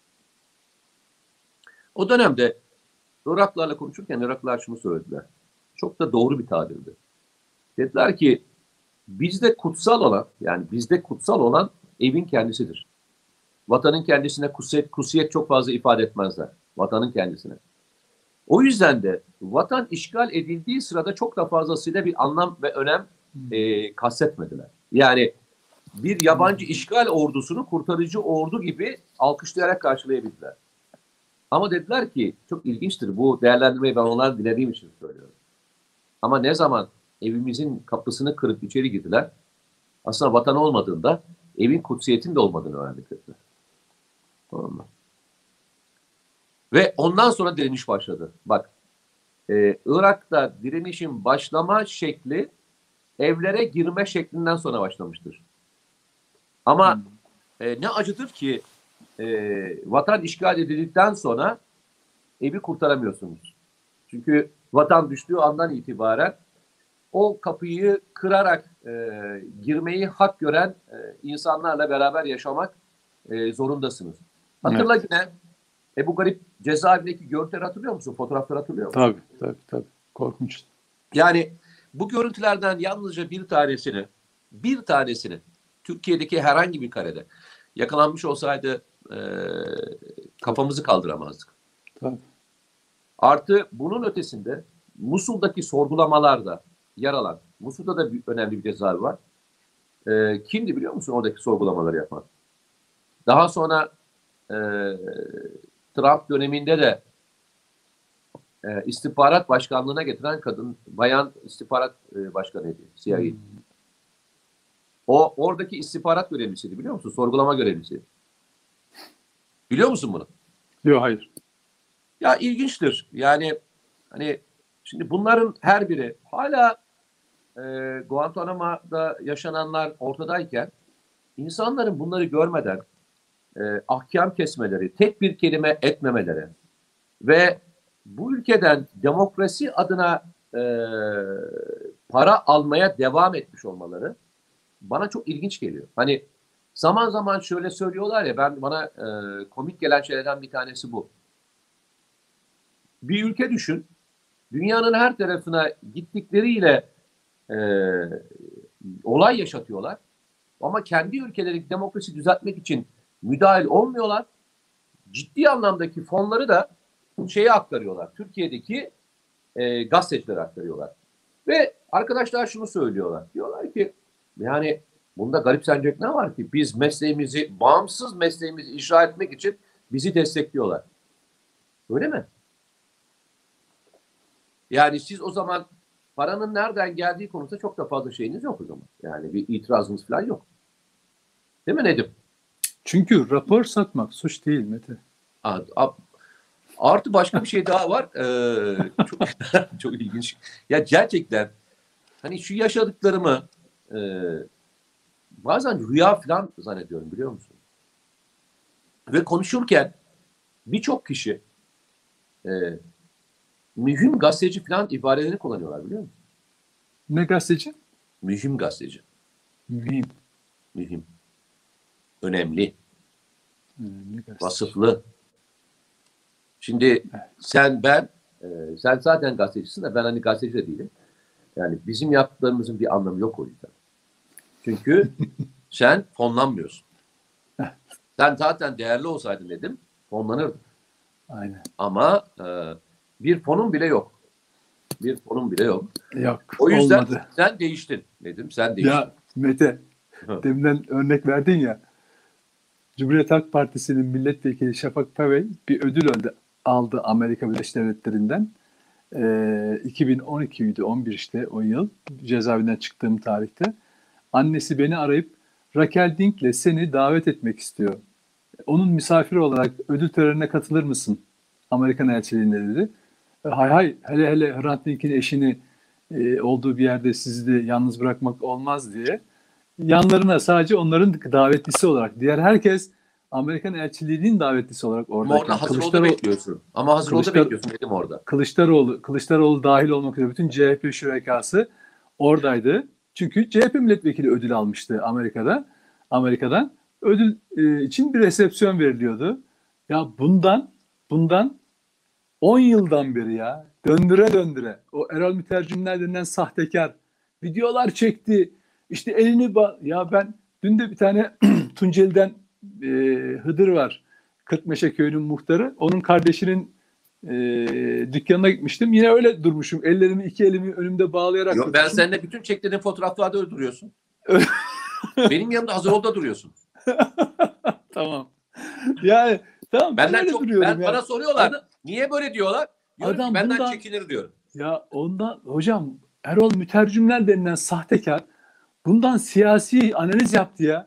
O dönemde Iraklılarla konuşurken Iraklılar şunu söylediler. Çok da doğru bir tabirdi. Dediler ki bizde kutsal olan, yani bizde kutsal olan evin kendisidir. Vatanın kendisine kusiyet, kusiyet çok fazla ifade etmezler. Vatanın kendisine. O yüzden de vatan işgal edildiği sırada çok da fazlasıyla bir anlam ve önem e, kastetmediler. Yani bir yabancı işgal ordusunu kurtarıcı ordu gibi alkışlayarak karşılayabildiler. Ama dediler ki, çok ilginçtir, bu değerlendirmeyi ben onlardan dilediğim için söylüyorum. Ama ne zaman evimizin kapısını kırıp içeri girdiler, aslında vatan olmadığında evin kutsiyetin de olmadığını öğrendik dediler. Tamam mı? Ve ondan sonra direniş başladı. Bak, e, Irak'ta direnişin başlama şekli evlere girme şeklinden sonra başlamıştır. Ama e, ne acıdır ki e, vatan işgal edildikten sonra evi kurtaramıyorsunuz. Çünkü vatan düştüğü andan itibaren o kapıyı kırarak e, girmeyi hak gören e, insanlarla beraber yaşamak e, zorundasınız. Hatırla Evet. yine Ebu Garip cezaevindeki görüntüleri hatırlıyor musun? Fotoğrafları hatırlıyor musun? Tabii, tabii, tabii. Korkunç. Yani bu görüntülerden yalnızca bir tanesini, bir tanesini Türkiye'deki herhangi bir karede yakalanmış olsaydı e, kafamızı kaldıramazdık. Tabii. Artı bunun ötesinde Musul'daki sorgulamalarda yer alan, Musul'da da bir, önemli bir cezaevi var. E, kimdi biliyor musun oradaki sorgulamaları yapan? Daha sonra e, Trump döneminde de e, istihbarat başkanlığına getiren kadın, bayan istihbarat e, başkanıydı, C I A. Hmm. O oradaki istihbarat görevlisiydi biliyor musun? Sorgulama görevlisi. Biliyor musun bunu? Yok, hayır. Ya ilginçtir. Yani hani şimdi bunların her biri hala e, Guantanamo'da yaşananlar ortadayken insanların bunları görmeden e, ahkam kesmeleri, tek bir kelime etmemeleri ve bu ülkeden demokrasi adına e, para almaya devam etmiş olmaları bana çok ilginç geliyor. Hani zaman zaman şöyle söylüyorlar ya, ben bana e, komik gelen şeylerden bir tanesi bu. Bir ülke düşün, dünyanın her tarafına gittikleriyle e, olay yaşatıyorlar. Ama kendi ülkelerindeki demokrasi düzeltmek için müdahil olmuyorlar. Ciddi anlamdaki fonları da şeye aktarıyorlar. Türkiye'deki e, gazetecilere aktarıyorlar. Ve arkadaşlar şunu söylüyorlar. Diyorlar ki yani bunda garipsenecek ne var ki? Biz mesleğimizi, bağımsız mesleğimizi icra etmek için bizi destekliyorlar. Öyle mi? Yani siz o zaman paranın nereden geldiği konusunda çok da fazla şeyiniz yok o zaman. Yani bir itirazınız falan yok. Değil mi Nedim? Çünkü rapor satmak suç değil Mete. A- a- Artı başka bir şey daha var. Ee, çok, çok ilginç. Ya gerçekten hani şu yaşadıklarımı e, bazen rüya falan zannediyorum biliyor musun? Ve konuşurken birçok kişi e, mühim gazeteci falan ibarelerini kullanıyorlar biliyor musun? Ne gazeteci? Mühim gazeteci. Mühim. Mühim. Önemli. Önemli gazeteci. Vasıflı. Şimdi sen ben e, sen zaten gazetecisin de ben hani gazeteci de değilim. Yani bizim yaptıklarımızın bir anlamı yok o yüzden. Çünkü Sen fonlanmıyorsun. Sen zaten değerli olsaydın dedim, fonlanırdın. Aynen. Ama e, bir fonun bile yok. Bir fonun bile yok. Yok. O yüzden Olmadı. sen değiştin dedim. Sen değiştin. Ya Mete, deminden örnek verdin ya. Cumhuriyet Halk Partisi'nin milletvekili Şafak Pavey bir ödül aldı, aldı Amerika Birleşik Devletleri'nden. Ee, iki bin on ikiydi, on bir işte o yıl cezaevinden çıktığım tarihte. Annesi beni arayıp Raquel Dink'le seni davet etmek istiyor. Onun misafiri olarak ödül törenine katılır mısın? Amerikan elçiliğinde dedi. E, Hay hay, hele hele Hrant Dink'in eşini e, olduğu bir yerde sizi de yalnız bırakmak olmaz diye. Yanlarına sadece onların davetlisi olarak, diğer herkes Amerikan elçiliğinin davetlisi olarak Ama oradayken. orada hazır oldu Kılıçdaroğlu, bekliyorsun. Ama hazır oldu Kılıçdar- bekliyorsun dedim orada. Kılıçdaroğlu, Kılıçdaroğlu dahil olmak üzere bütün C H P şurekası oradaydı. Çünkü C H P milletvekili ödül almıştı Amerika'da. Amerika'dan ödül e, için bir resepsiyon veriliyordu. Ya bundan bundan on yıldan beri ya döndüre döndüre o Erol Mütercimler denilen sahtekar videolar çekti. İşte elini ba- ya ben dün de bir tane Tunceli'den e, Hıdır var. Kırkmeşe köyünün muhtarı. Onun kardeşinin e, dükkanına gitmiştim. Yine öyle durmuşum. Ellerimi iki elimi önümde bağlayarak Yok, ben durmuşum. seninle bütün çektiğin fotoğraflarda öyle duruyorsun. Benim yanımda hazır oldu duruyorsun. Tamam. Yani tamam ben Benden öyle çok duruyorum ben ya. bana soruyorlar. Adam- Niye böyle diyorlar? Diyorum Adam ki benden bundan- çekinir diyorum. Ya ondan hocam Erol Mütercimler denilen sahtekar bundan siyasi analiz yaptı ya.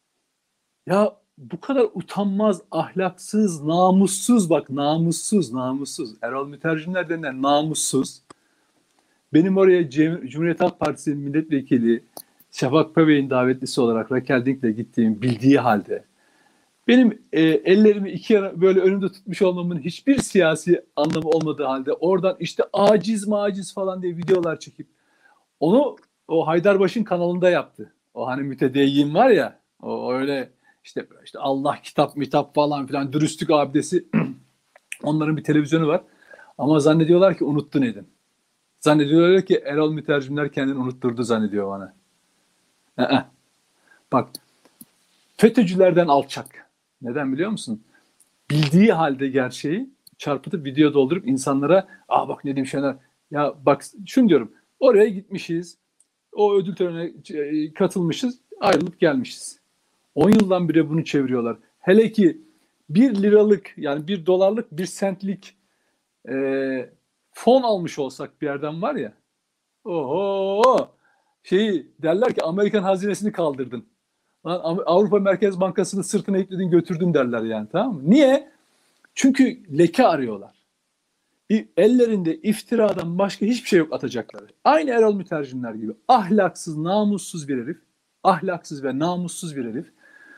Ya bu kadar utanmaz, ahlaksız, namussuz bak namussuz, namussuz. Erol Mütercimler denilen namussuz. Benim oraya Cem- Cumhuriyet Halk Partisi milletvekili Şafak Pavey'in davetlisi olarak Raquel Dink'le gittiğim bildiği halde benim e, ellerimi iki yana böyle önümde tutmuş olmamın hiçbir siyasi anlamı olmadığı halde oradan işte aciz maciz falan diye videolar çekip onu o Haydarbaş'ın kanalında yaptı. O hani mütedeyyin var ya o öyle işte işte Allah kitap mitap falan filan dürüstlük abidesi onların bir televizyonu var. Ama zannediyorlar ki unuttu Nedim. Zannediyorlar ki Erol Mütercimler kendini unutturdu zannediyor bana. Ee, bak FETÖ'cülerden alçak. Neden biliyor musun? Bildiği halde gerçeği çarpıtıp video doldurup insanlara aa bak Nedim Şener ya bak şunu diyorum oraya gitmişiz o ödül törenine katılmışız ayrılıp gelmişiz. on yıldan beri bunu çeviriyorlar. Hele ki bir liralık yani bir dolarlık bir sentlik e, fon almış olsak bir yerden var ya oho şeyi derler ki Amerikan hazinesini kaldırdın. Lan Avrupa Merkez Bankası'nı sırtına yükledin götürdün derler yani tamam mı? Niye? Çünkü leke arıyorlar. Ellerinde iftiradan başka hiçbir şey yok atacakları. Aynı Erol Mütercimler gibi. Ahlaksız, namussuz bir herif. Ahlaksız ve namussuz bir herif.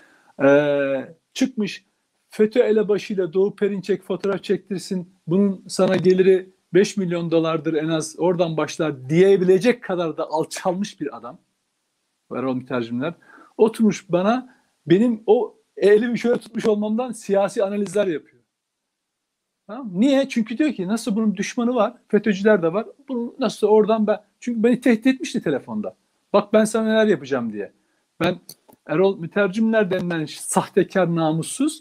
Ee, çıkmış FETÖ elebaşıyla Doğu Perinçek fotoğraf çektirsin. Bunun sana geliri beş milyon dolardır en az oradan başlar diyebilecek kadar da alçalmış bir adam. Erol Mütercimler. Oturmuş bana benim o elimi şöyle tutmuş olmamdan siyasi analizler yapıyor. Tamam. Niye? Çünkü diyor ki nasıl bunun düşmanı var, FETÖ'cüler de var. Bunu nasıl oradan ben çünkü beni tehdit etmişti telefonda. Bak ben sana neler yapacağım diye. Ben Erol Mütercimler denilen sahtekar namussuz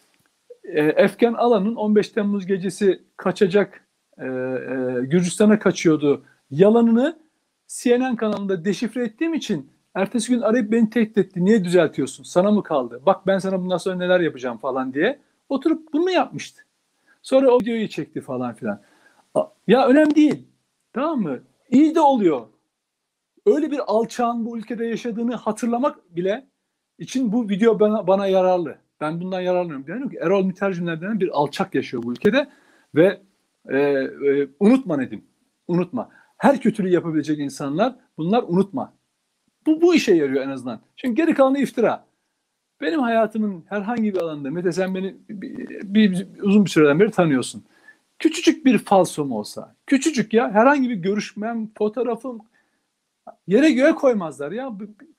e, Efkan Alan'ın on beş Temmuz gecesi kaçacak e, e, Gürcistan'a kaçıyordu. Yalanını C N N kanalında deşifre ettiğim için ertesi gün arayıp beni tehdit etti. Niye düzeltiyorsun? Sana mı kaldı? Bak ben sana bundan sonra neler yapacağım falan diye. Oturup bunu yapmıştı. Sonra o videoyu çekti falan filan. Ya önemli değil. Tamam mı? İyi de oluyor. Öyle bir alçağın bu ülkede yaşadığını hatırlamak bile için bu video bana, bana yararlı. Ben bundan yararlanıyorum. Diyorum ki Erol Mütercimler denen bir alçak yaşıyor bu ülkede ve e, e, unutma Nedim. Unutma. Her kötülüğü yapabilecek insanlar bunlar unutma. Bu, bu işe yarıyor en azından. Çünkü geri kalanı iftira. Benim hayatımın herhangi bir alanda, Mete sen beni bir, bir, bir, uzun bir süreden beri tanıyorsun. Küçücük bir falsom olsa, küçücük ya herhangi bir görüşmem, fotoğrafım yere göğe koymazlar ya.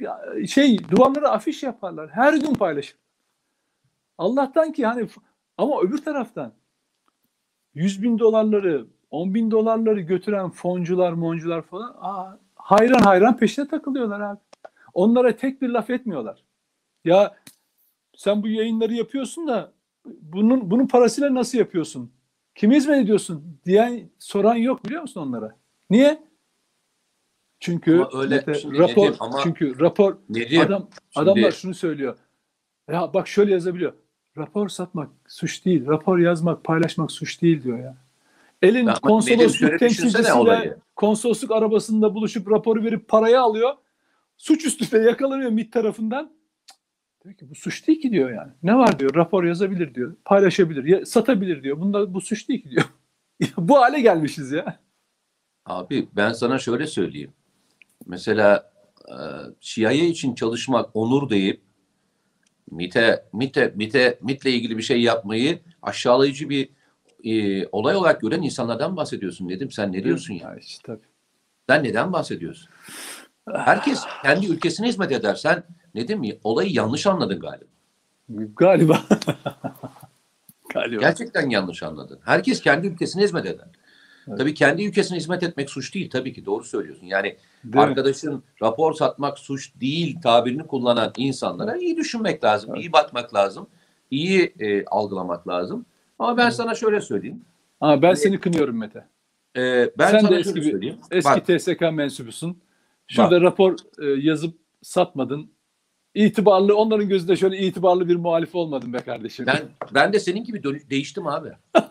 Şey duvarlara afiş yaparlar. Her gün paylaşır. Allah'tan ki hani ama öbür taraftan yüz bin dolarları, on bin dolarları götüren foncular, moncular falan aa, hayran hayran peşine takılıyorlar abi. Onlara tek bir laf etmiyorlar. Ya sen bu yayınları yapıyorsun da bunun bunun parasıyla nasıl yapıyorsun? Kime hizmet ediyorsun diyen soran yok biliyor musun onlara? Niye? Çünkü Ama öyle Mete, şimdi rapor Nedim ama çünkü rapor Nedim adam adamlar şimdi şunu söylüyor. Ya bak şöyle yazabiliyor. Rapor satmak suç değil. Rapor yazmak, paylaşmak suç değil diyor ya. Elin ama Nedim konsolosluk şöyle düşünsene temsilcisiyle olayı. konsolosluk arabasında buluşup raporu verip parayı alıyor. Suçüstü de yakalanıyor M İ T tarafından. Diyor ki bu suç değil ki diyor yani. Ne var diyor, rapor yazabilir diyor, paylaşabilir, ya, satabilir diyor. Bunda bu suç değil ki diyor. Bu hale gelmişiz ya. Abi ben sana şöyle söyleyeyim. Mesela e, C I A için çalışmak onur deyip MİT'e, MİT'e, MİT'e, MİT'le ilgili bir şey yapmayı aşağılayıcı bir e, olay olarak gören insanlardan bahsediyorsun Nedim. Sen ne diyorsun ya? Ya işte, tabii. Sen neden bahsediyorsun? Herkes kendi ülkesine hizmet eder. Sen Nedim olayı yanlış anladın galiba. Galiba. Galiba. Gerçekten yanlış anladın. Herkes kendi ülkesine hizmet eder. Evet. Tabii kendi ülkesine hizmet etmek suç değil. Tabii ki doğru söylüyorsun. Yani Değil mi? arkadaşın rapor satmak suç değil tabirini kullanan insanlara iyi düşünmek lazım. Evet. İyi bakmak lazım. İyi e, algılamak lazım. Ama ben Evet. sana şöyle söyleyeyim. Ama ben Hani, seni kınıyorum Mete. e, ben Sen de sana eski şöyle bir söyleyeyim. eski Bak, T S K mensubusun. Şurada bak. rapor e, yazıp satmadın. İtibarlı, onların gözünde şöyle itibarlı bir muhalif olmadın be kardeşim. Ben ben de senin gibi dönüş, değiştim abi.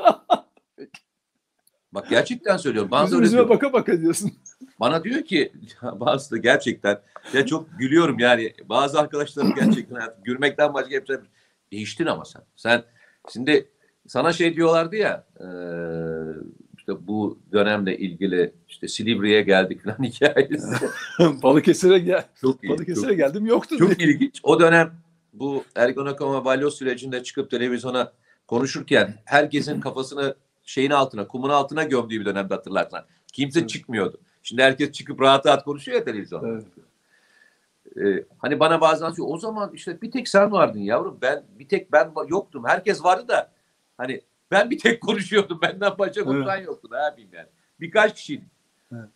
Bak gerçekten söylüyorum. Bana da Yüzüm öyle yüzüme diyor. baka baka diyorsun. Bana diyor ki bazısı da gerçekten ya çok gülüyorum yani bazı arkadaşlarım gerçekten artık gülmekten başka yapacak bir değiştin ama sen. Sen şimdi sana şey diyorlardı ya e, işte bu dönemle ilgili işte Silivri'ye geldik falan hikayesi. Balıkesir'e gel. Çok iyi. Balıkesir'e Çok, geldim yoktu çok diye. ilginç. O dönem bu Ergonokon ve Balyoz sürecinde çıkıp televizyona konuşurken herkesin kafasını şeyin altına, kumun altına gömdüğü bir dönemde hatırlarsan. Kimse Evet. çıkmıyordu. Şimdi herkes çıkıp rahat rahat konuşuyor ya televizyonda. Evet. Ee, hani bana bazen diyor o zaman işte bir tek sen vardın yavrum. Ben bir tek ben yoktum. Herkes vardı da hani ben bir tek konuşuyordum. Benden başka konuşan Evet. yoktu. Ne yapayım yani. Birkaç kişiydik. Evet.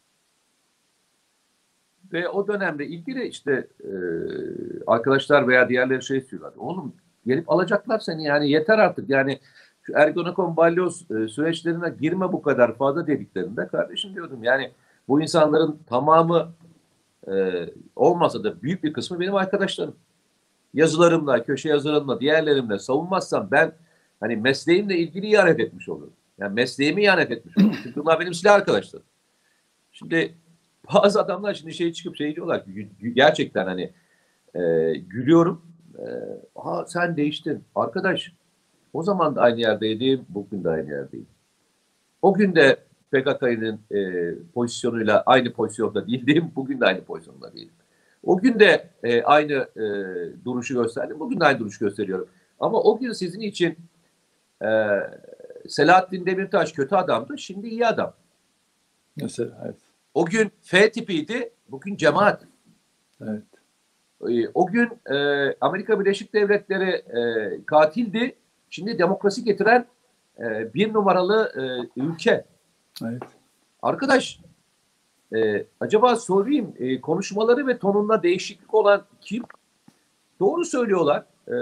Ve o dönemde ilgili işte e, arkadaşlar veya diğerleri şey istiyorlar. Oğlum gelip alacaklar seni yani yeter artık. Yani şu Ergonokon balyoz e, süreçlerine girme bu kadar fazla dediklerinde kardeşim diyordum. Yani bu insanların tamamı e, olmasa da büyük bir kısmı benim arkadaşlarım. Yazılarımla, köşe yazılarımla, diğerlerimle savunmazsam ben hani mesleğimle ilgili ihanet etmiş olurum. Yani mesleğimi ihanet etmiş olurum. Çünkü bunlar benim silah arkadaşlarım. Şimdi bazı adamlar şimdi şey çıkıp şey diyorlar ki gerçekten hani e, gülüyorum. E, ha sen değiştin. Arkadaş o zaman da aynı yerdeydim, bugün de aynı yerdeyim. O gün de P K K'nın e, pozisyonuyla aynı pozisyonda değildim, bugün de aynı pozisyonda değilim. O gün de e, aynı e, duruşu gösterdim, bugün de aynı duruşu gösteriyorum. Ama o gün sizin için e, Selahattin Demirtaş kötü adamdı, şimdi iyi adam. Mesela evet. O gün F tipiydi, bugün cemaat. Evet. O gün e, Amerika Birleşik Devletleri e, katildi, şimdi demokrasi getiren e, bir numaralı e, ülke. Evet. Arkadaş, e, acaba sorayım e, konuşmaları ve tonunda değişiklik olan kim? Doğru söylüyorlar. E,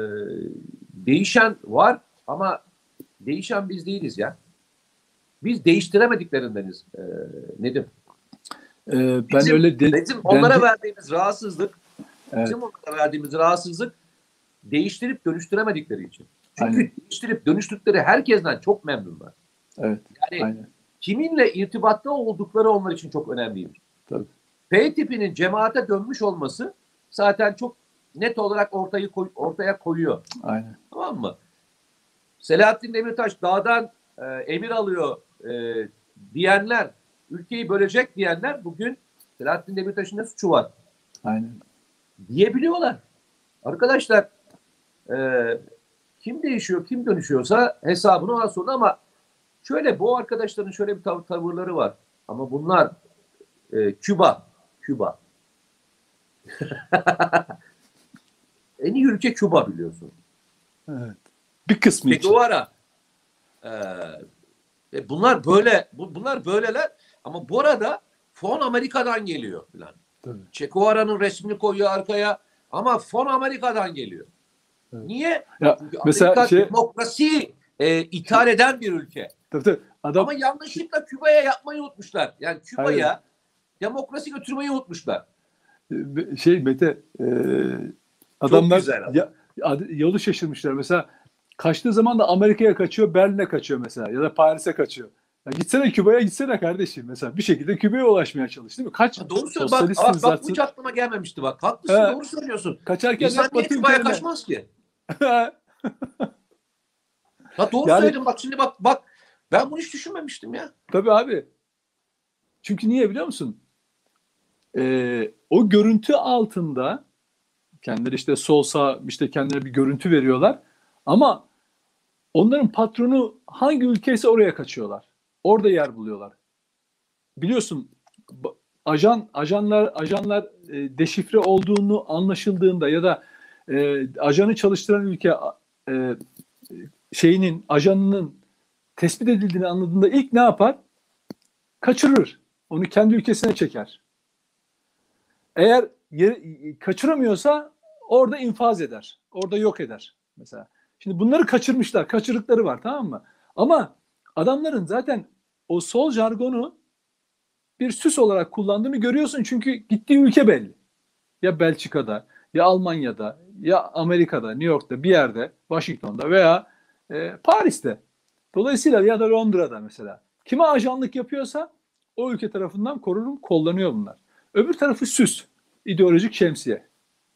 değişen var ama değişen biz değiliz ya. Biz değiştiremediklerindeniz e, Nedim. Ee, ben Bizim, öyle de, bizim ben onlara de, verdiğimiz rahatsızlık, evet. bizim onlara verdiğimiz rahatsızlık değiştirip dönüştüremedikleri için. Çünkü Aynen. değiştirip dönüştükleri herkesten çok memnunlar. Evet. Yani Aynen. kiminle irtibatta oldukları onlar için çok önemliymiş. Tabii. P tipinin cemaate dönmüş olması zaten çok net olarak ortayı koy, ortaya koyuyor. Aynen. Tamam mı? Selahattin Demirtaş dağdan e, emir alıyor e, diyenler, ülkeyi bölecek diyenler bugün Selahattin Demirtaş'ın ne suçu var Aynen. diyebiliyorlar. Arkadaşlar e, kim değişiyor, kim dönüşüyorsa hesabını ona sorun ama şöyle bu arkadaşların şöyle bir tav tavırları var. Ama bunlar e, Küba, Küba. En iyi ülke Küba biliyorsun. Evet. Bir kısmı Che için. Guevara. Ee, bunlar böyle, bu, bunlar böyleler. Ama bu arada fon Amerika'dan geliyor falan. Tabii. Che Guevara'nın resmini koyuyor arkaya. Ama fon Amerika'dan geliyor. Evet. Niye? Ya Çünkü mesela Amerika şey, demokrasi e, ithal eden bir ülke. tabii, tabii, adam Ama yanlışlıkla Küba'ya yapmayı unutmuşlar. Yani Küba'ya aynen. demokrasi götürmeyi unutmuşlar. Ee, şey Mete, e, Çok adamlar güzel ama. ya, ad- yolu şaşırmışlar. Mesela kaçtığı zaman da Amerika'ya kaçıyor, Berlin'e kaçıyor mesela ya da Paris'e kaçıyor. Ya gitsene Küba'ya, gitsene kardeşim mesela. Bir şekilde Küba'ya ulaşmaya çalış, değil mi? Kaç Ha, doğru söylüyorsun. Bak, sosyalistin bak, bak bu hiç zaten. aklıma gelmemişti bak. Haklısın, He, doğru söylüyorsun. kaçarken İnsan hep niye Batı Küba'ya ülkelerine. kaçmaz ki? Ha, doğru Yani söyledin bak, şimdi bak bak. Ben bunu hiç düşünmemiştim ya. tabii abi. Çünkü niye biliyor musun? Ee, o görüntü altında kendileri işte sol sağ işte kendileri bir görüntü veriyorlar. Ama onların patronu hangi ülkeyse oraya kaçıyorlar. Orada yer buluyorlar. Biliyorsun ba- ajan ajanlar ajanlar e, deşifre olduğunu anlaşıldığında ya da e, ajanı çalıştıran ülke e, şeyinin ajanının tespit edildiğini anladığında ilk ne yapar? Kaçırır. Onu kendi ülkesine çeker. Eğer yer, kaçıramıyorsa orada infaz eder. Orada yok eder mesela. Şimdi bunları kaçırmışlar. Kaçırıkları var, tamam mı? Ama adamların zaten o sol jargonu bir süs olarak kullandığını görüyorsun çünkü gittiği ülke belli. Ya Belçika'da, ya Almanya'da, ya Amerika'da, New York'ta bir yerde, Washington'da veya e, Paris'te. Dolayısıyla ya da Londra'da mesela. Kime ajanlık yapıyorsa o ülke tarafından korunum kullanıyor bunlar. Öbür tarafı süs, ideolojik şemsiye.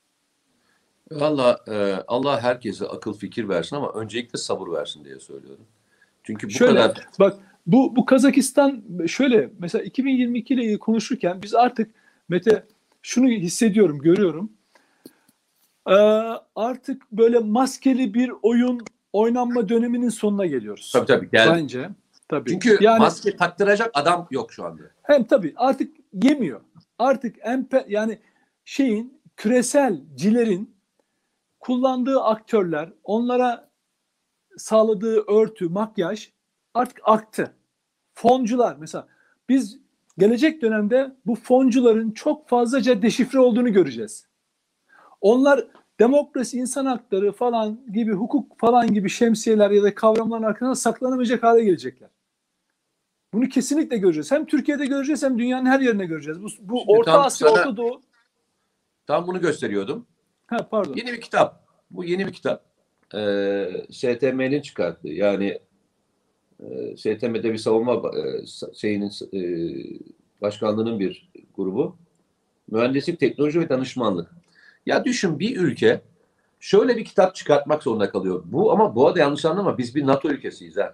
Valla e, Allah herkese akıl fikir versin ama öncelikle sabır versin diye söylüyorum. Çünkü bu Şöyle kadar bak, bu bu Kazakistan şöyle mesela iki bin yirmi iki ile ilgili konuşurken biz artık Mete şunu hissediyorum, görüyorum. Ee, artık böyle maskeli bir oyun oynanma döneminin sonuna tabii geliyoruz. tabii geldik. Bence. Tabii. Çünkü Yani maske taktıracak adam yok şu anda. hem tabii artık yemiyor. Artık empe, yani şeyin küreselcilerin kullandığı aktörler, onlara sağladığı örtü, makyaj artık aktı. Foncular mesela, biz gelecek dönemde bu foncuların çok fazlaca deşifre olduğunu göreceğiz. Onlar demokrasi, insan hakları falan gibi, hukuk falan gibi şemsiyeler ya da kavramların arkasına saklanamayacak hale gelecekler. Bunu kesinlikle göreceğiz. Hem Türkiye'de göreceğiz hem dünyanın her yerine göreceğiz. Bu, bu Şimdi Orta tam Asya, sana Orta Doğu. tam bunu gösteriyordum. Ha, pardon. Yeni bir kitap. Bu yeni bir kitap. Ee, S T M'nin çıkarttığı, yani e, S T M'de bir savunma e, şeyinin e, başkanlığının bir grubu. Mühendislik, teknoloji ve danışmanlık. Ya düşün, bir ülke şöyle bir kitap çıkartmak zorunda kalıyor. Bu ama bu arada yanlış anlama, biz bir NATO ülkesiyiz ha.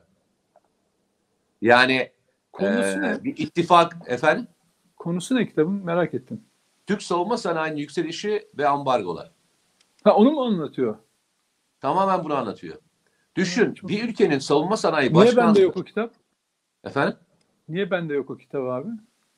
Yani Konusu e, ne? bir ittifak efendim. Konusu ne kitabın? Merak ettim. Türk savunma sanayinin yükselişi ve ambargolar. Ha, onu mu anlatıyor? Tamamen bunu anlatıyor. Ha, Düşün, çok... bir ülkenin savunma sanayi Niye bende başkanlığı yok o kitap? efendim. Niye bende yok o kitap abi?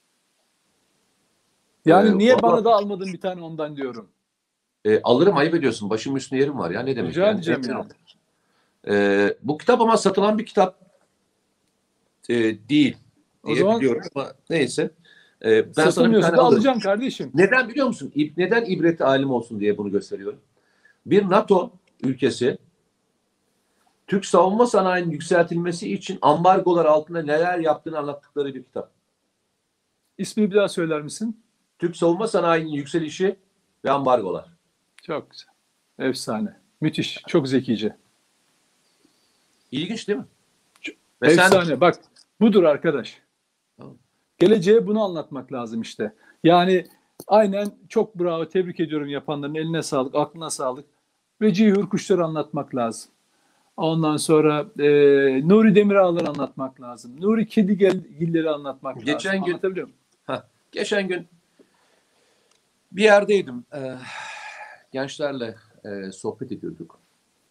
E, Yani niye bana vallahi da almadın bir tane ondan diyorum. e, alırım, ayıp ediyorsun. Başım üstüne yerim var ya, ne demek Rica yani. edeceğim Neyse. ya. E, bu kitap ama satılan bir kitap e, değil O diye zaman biliyorum ama neyse. E, ben sana bir satılmıyorsa tane da alırım. alacağım kardeşim. Neden biliyor musun? İb- Neden ibreti alim olsun diye bunu gösteriyorum. Bir NATO ülkesi Türk savunma sanayinin yükseltilmesi için ambargolar altında neler yaptığını anlattıkları bir kitap. İsmini bir daha söyler misin? Türk savunma sanayinin yükselişi ve ambargolar. Çok güzel. Efsane. Müthiş. Çok zekice. İlginç değil mi? Ç- Ve sen Efsane. Bak, budur arkadaş. Tamam. Geleceğe bunu anlatmak lazım işte. Yani aynen, çok bravo. Tebrik ediyorum yapanların. Eline sağlık, aklına sağlık. Vecihi Hürkuşları anlatmak lazım. Ondan sonra e, Nuri Demirağları anlatmak lazım. Nuri Kedigilleri anlatmak lazım. geçen gün Anlatabiliyor muyum? heh, geçen gün bir yerdeydim. Ee, gençlerle e, sohbet ediyorduk.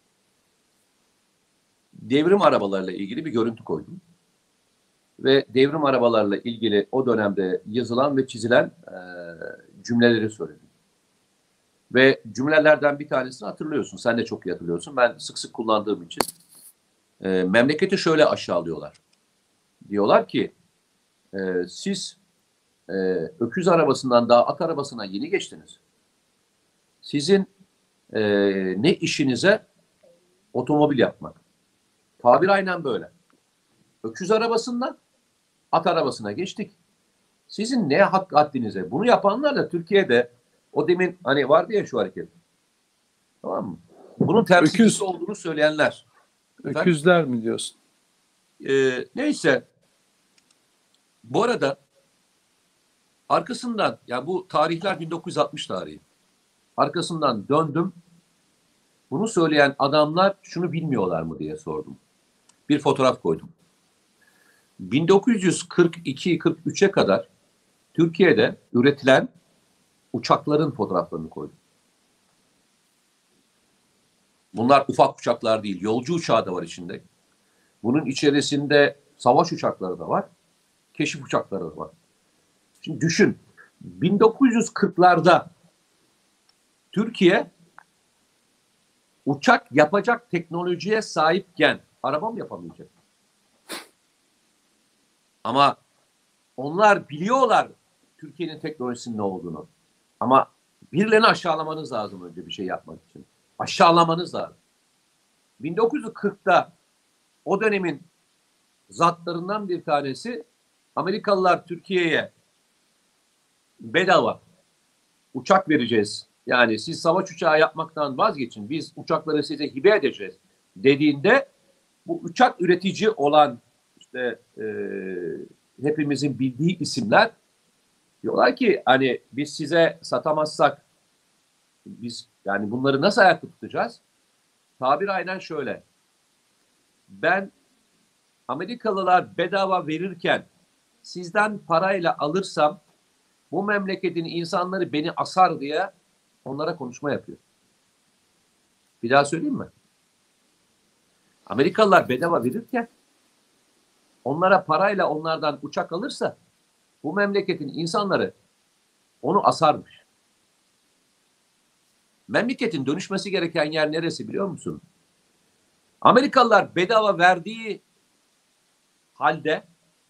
Devrim arabalarla ilgili bir görüntü koydum. Ve devrim arabalarla ilgili o dönemde yazılan ve çizilen e, cümleleri söyledim. Ve cümlelerden bir tanesini hatırlıyorsun. Sen de çok iyi hatırlıyorsun. Ben sık sık kullandığım için. E, memleketi şöyle aşağılıyorlar. Diyorlar ki e, siz e, öküz arabasından daha at arabasına yeni geçtiniz. Sizin e, ne işinize otomobil yapmak. Tabir aynen böyle. Öküz arabasından at arabasına geçtik. Sizin ne hak haddinize? Bunu yapanlar da Türkiye'de o demin hani vardı ya şu hareket. Tamam mı? Bunun tersisi Öküz. olduğunu söyleyenler. Öküzler mi diyorsun? Ee, neyse. Bu arada arkasından ya bu tarihler bin dokuz yüz altmış tarihi. Arkasından döndüm. Bunu söyleyen adamlar şunu bilmiyorlar mı diye sordum. Bir fotoğraf koydum. bin dokuz yüz kırk iki kırk üçe kadar Türkiye'de üretilen uçakların fotoğraflarını koydum. Bunlar ufak uçaklar değil. Yolcu uçağı da var içinde. Bunun içerisinde savaş uçakları da var. Keşif uçakları da var. Şimdi düşün. bin dokuz yüz kırklarda Türkiye uçak yapacak teknolojiye sahipken araba mı yapamayacak? Ama onlar biliyorlar Türkiye'nin teknolojisinin ne olduğunu. Ama birilerini aşağılamanız lazım önce bir şey yapmak için. Aşağılamanız lazım. bin dokuz yüz kırkta o dönemin zatlarından bir tanesi Amerikalılar Türkiye'ye bedava uçak vereceğiz. Yani siz savaş uçağı yapmaktan vazgeçin. Biz uçakları size hibe edeceğiz dediğinde bu uçak üretici olan işte e, hepimizin bildiği isimler diyorlar ki hani biz size satamazsak biz yani bunları nasıl ayakta tutacağız? Tabir aynen şöyle. Ben Amerikalılar bedava verirken sizden parayla alırsam bu memleketin insanları beni asar diye onlara konuşma yapıyor. Bir daha söyleyeyim mi? Amerikalılar bedava verirken onlara parayla onlardan uçak alırsa bu memleketin insanları onu asarmış. Memleketin dönüşmesi gereken yer neresi biliyor musun? Amerikalılar bedava verdiği halde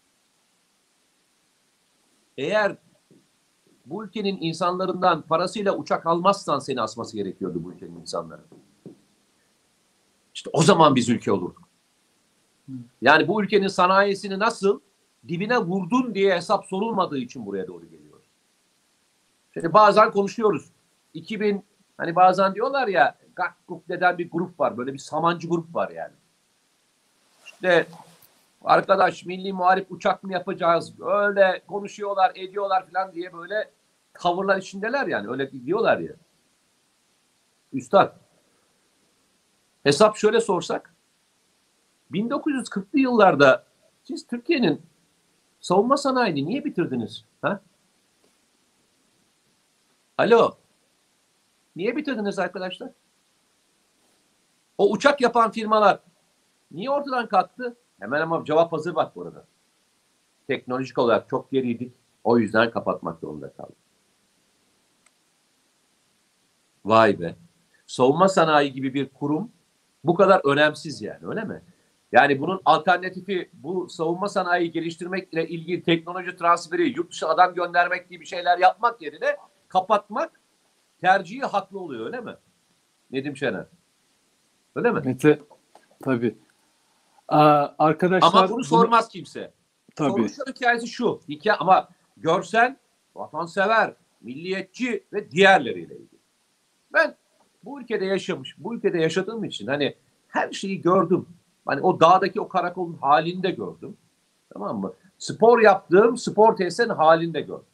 eğer bu ülkenin insanlarından parasıyla uçak almazsan seni asması gerekiyordu bu ülkenin insanları. İşte o zaman biz ülke olurduk. Yani bu ülkenin sanayisini nasıl dibine vurdun diye hesap sorulmadığı için buraya doğru geliyoruz. Şimdi bazen konuşuyoruz. iki bin hani bazen diyorlar ya Gakkuk deden bir grup var. Böyle bir samancı grup var yani. İşte arkadaş milli muharip uçak mı yapacağız? Öyle konuşuyorlar, ediyorlar falan diye böyle tavırlar içindeler yani. Öyle diyorlar ya. Üstad. Hesap şöyle sorsak. bin dokuz yüz kırklı yıllarda siz Türkiye'nin savunma sanayini niye bitirdiniz? Ha? Alo. Niye bitirdiniz arkadaşlar? O uçak yapan firmalar niye ortadan kalktı? Hemen ama cevap hazır bak bu arada. Teknolojik olarak çok geriydik. O yüzden kapatmak zorunda kaldık. Vay be. Savunma sanayi gibi bir kurum bu kadar önemsiz yani öyle mi? Yani bunun alternatifi bu savunma sanayi geliştirmekle ilgili teknoloji transferi, yurt dışı adam göndermek gibi şeyler yapmak yerine kapatmak tercihi haklı oluyor öyle mi? Nedim Şener. Öyle mi? Mete, tabii. Aa, arkadaşlar Ama bunu sormaz bunu, kimse. Tabii. Soruşlar hikayesi şu. Hikaye, ama görsel, vatansever, milliyetçi ve diğerleriyle ilgili. Ben bu ülkede yaşamış, bu ülkede yaşadığım için hani her şeyi gördüm. Hani o dağdaki o karakolun halini de gördüm. Tamam mı? Spor yaptığım spor tesisinin halini de gördüm.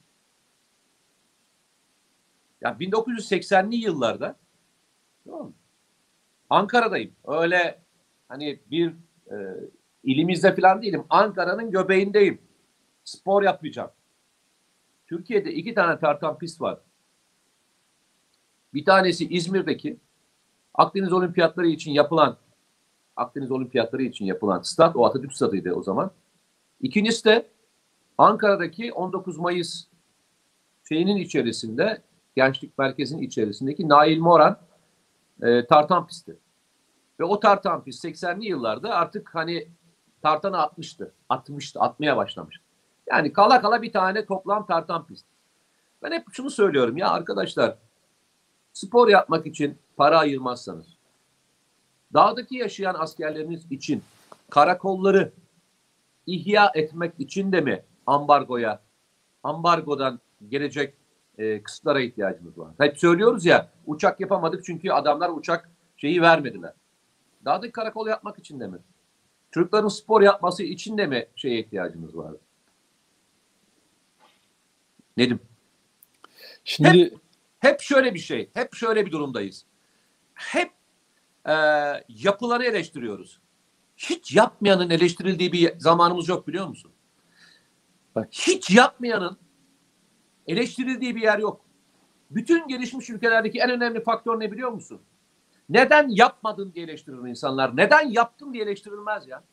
Ya bin dokuz yüz seksenli yıllarda tamam mı? Ankara'dayım. Öyle hani bir e, ilimizde falan değilim. Ankara'nın göbeğindeyim. Spor yapacağım. Türkiye'de iki tane tartan pist var. Bir tanesi İzmir'deki Akdeniz Olimpiyatları için yapılan Akdeniz Olimpiyatları için yapılan stat, o Atatürk stadıydı o zaman. İkincisi de Ankara'daki on dokuz Mayıs şeyinin içerisinde, Gençlik Merkezi'nin içerisindeki Nail Moran e, tartan pisti. Ve o tartan pist seksenli yıllarda artık hani tartana atmıştı. Atmıştı, atmaya başlamıştı. Yani kala kala bir tane toplam tartan pist. Ben hep şunu söylüyorum ya arkadaşlar, spor yapmak için para ayırmazsanız, dağdaki yaşayan askerleriniz için karakolları ihya etmek için de mi ambargoya, ambargodan gelecek e, kısıtlara ihtiyacımız var? Hep söylüyoruz ya, uçak yapamadık çünkü adamlar uçak şeyi vermediler. Dağdaki karakol yapmak için de mi? Çocukların spor yapması için de mi şeye ihtiyacımız var? Nedim? Şimdi Hep, hep şöyle bir şey, hep şöyle bir durumdayız. Hep e, yapılanı eleştiriyoruz. Hiç yapmayanın eleştirildiği bir zamanımız yok, biliyor musun? Bak. Hiç yapmayanın eleştirildiği bir yer yok. Bütün gelişmiş ülkelerdeki en önemli faktör ne biliyor musun? Neden yapmadın diye eleştirilir insanlar. Neden yaptın diye eleştirilmez ya.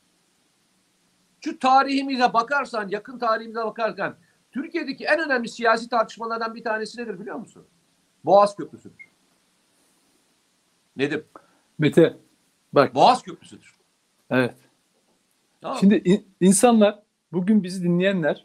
Şu tarihimize bakarsan, yakın tarihimize bakarken Türkiye'deki en önemli siyasi tartışmalardan bir tanesi nedir biliyor musun? Boğaz Köprüsü'dür. Nedir? Mete bak. Boğaz Köprüsü'dür. Evet. Tamam. Şimdi in- insanlar, bugün bizi dinleyenler,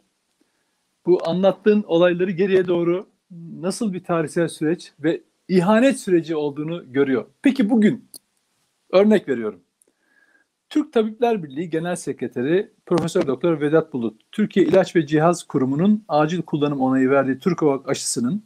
bu anlattığın olayları geriye doğru nasıl bir tarihsel süreç ve ihanet süreci olduğunu görüyor. Peki bugün örnek veriyorum. Türk Tabipler Birliği Genel Sekreteri Profesör Doktor Vedat Bulut, Türkiye İlaç ve Cihaz Kurumu'nun acil kullanım onayı verdiği Türkovak aşısının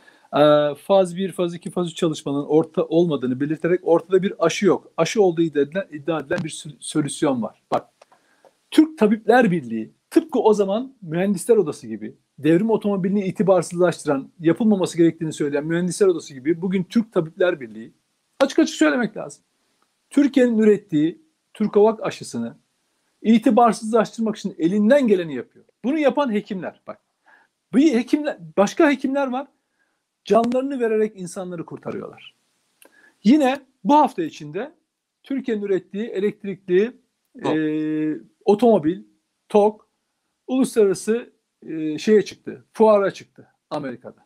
e, faz bir, faz iki, faz üç çalışmanın orta olmadığını belirterek ortada bir aşı yok. Aşı olduğu iddia edilen, iddia edilen bir solüsyon var. Bak, Türk Tabipler Birliği tıpkı o zaman Mühendisler Odası gibi, devrim otomobilini itibarsızlaştıran, yapılmaması gerektiğini söyleyen Mühendisler Odası gibi, bugün Türk Tabipler Birliği, açık açık söylemek lazım, Türkiye'nin ürettiği Türkovak aşısını itibarsızlaştırmak için elinden geleni yapıyor. Bunu yapan hekimler, bak. Bu hekimler, başka hekimler var. Canlarını vererek insanları kurtarıyorlar. Yine bu hafta içinde Türkiye'nin ürettiği elektrikli e, otomobil, TOG, uluslararası e, şeye çıktı, fuara çıktı Amerika'da.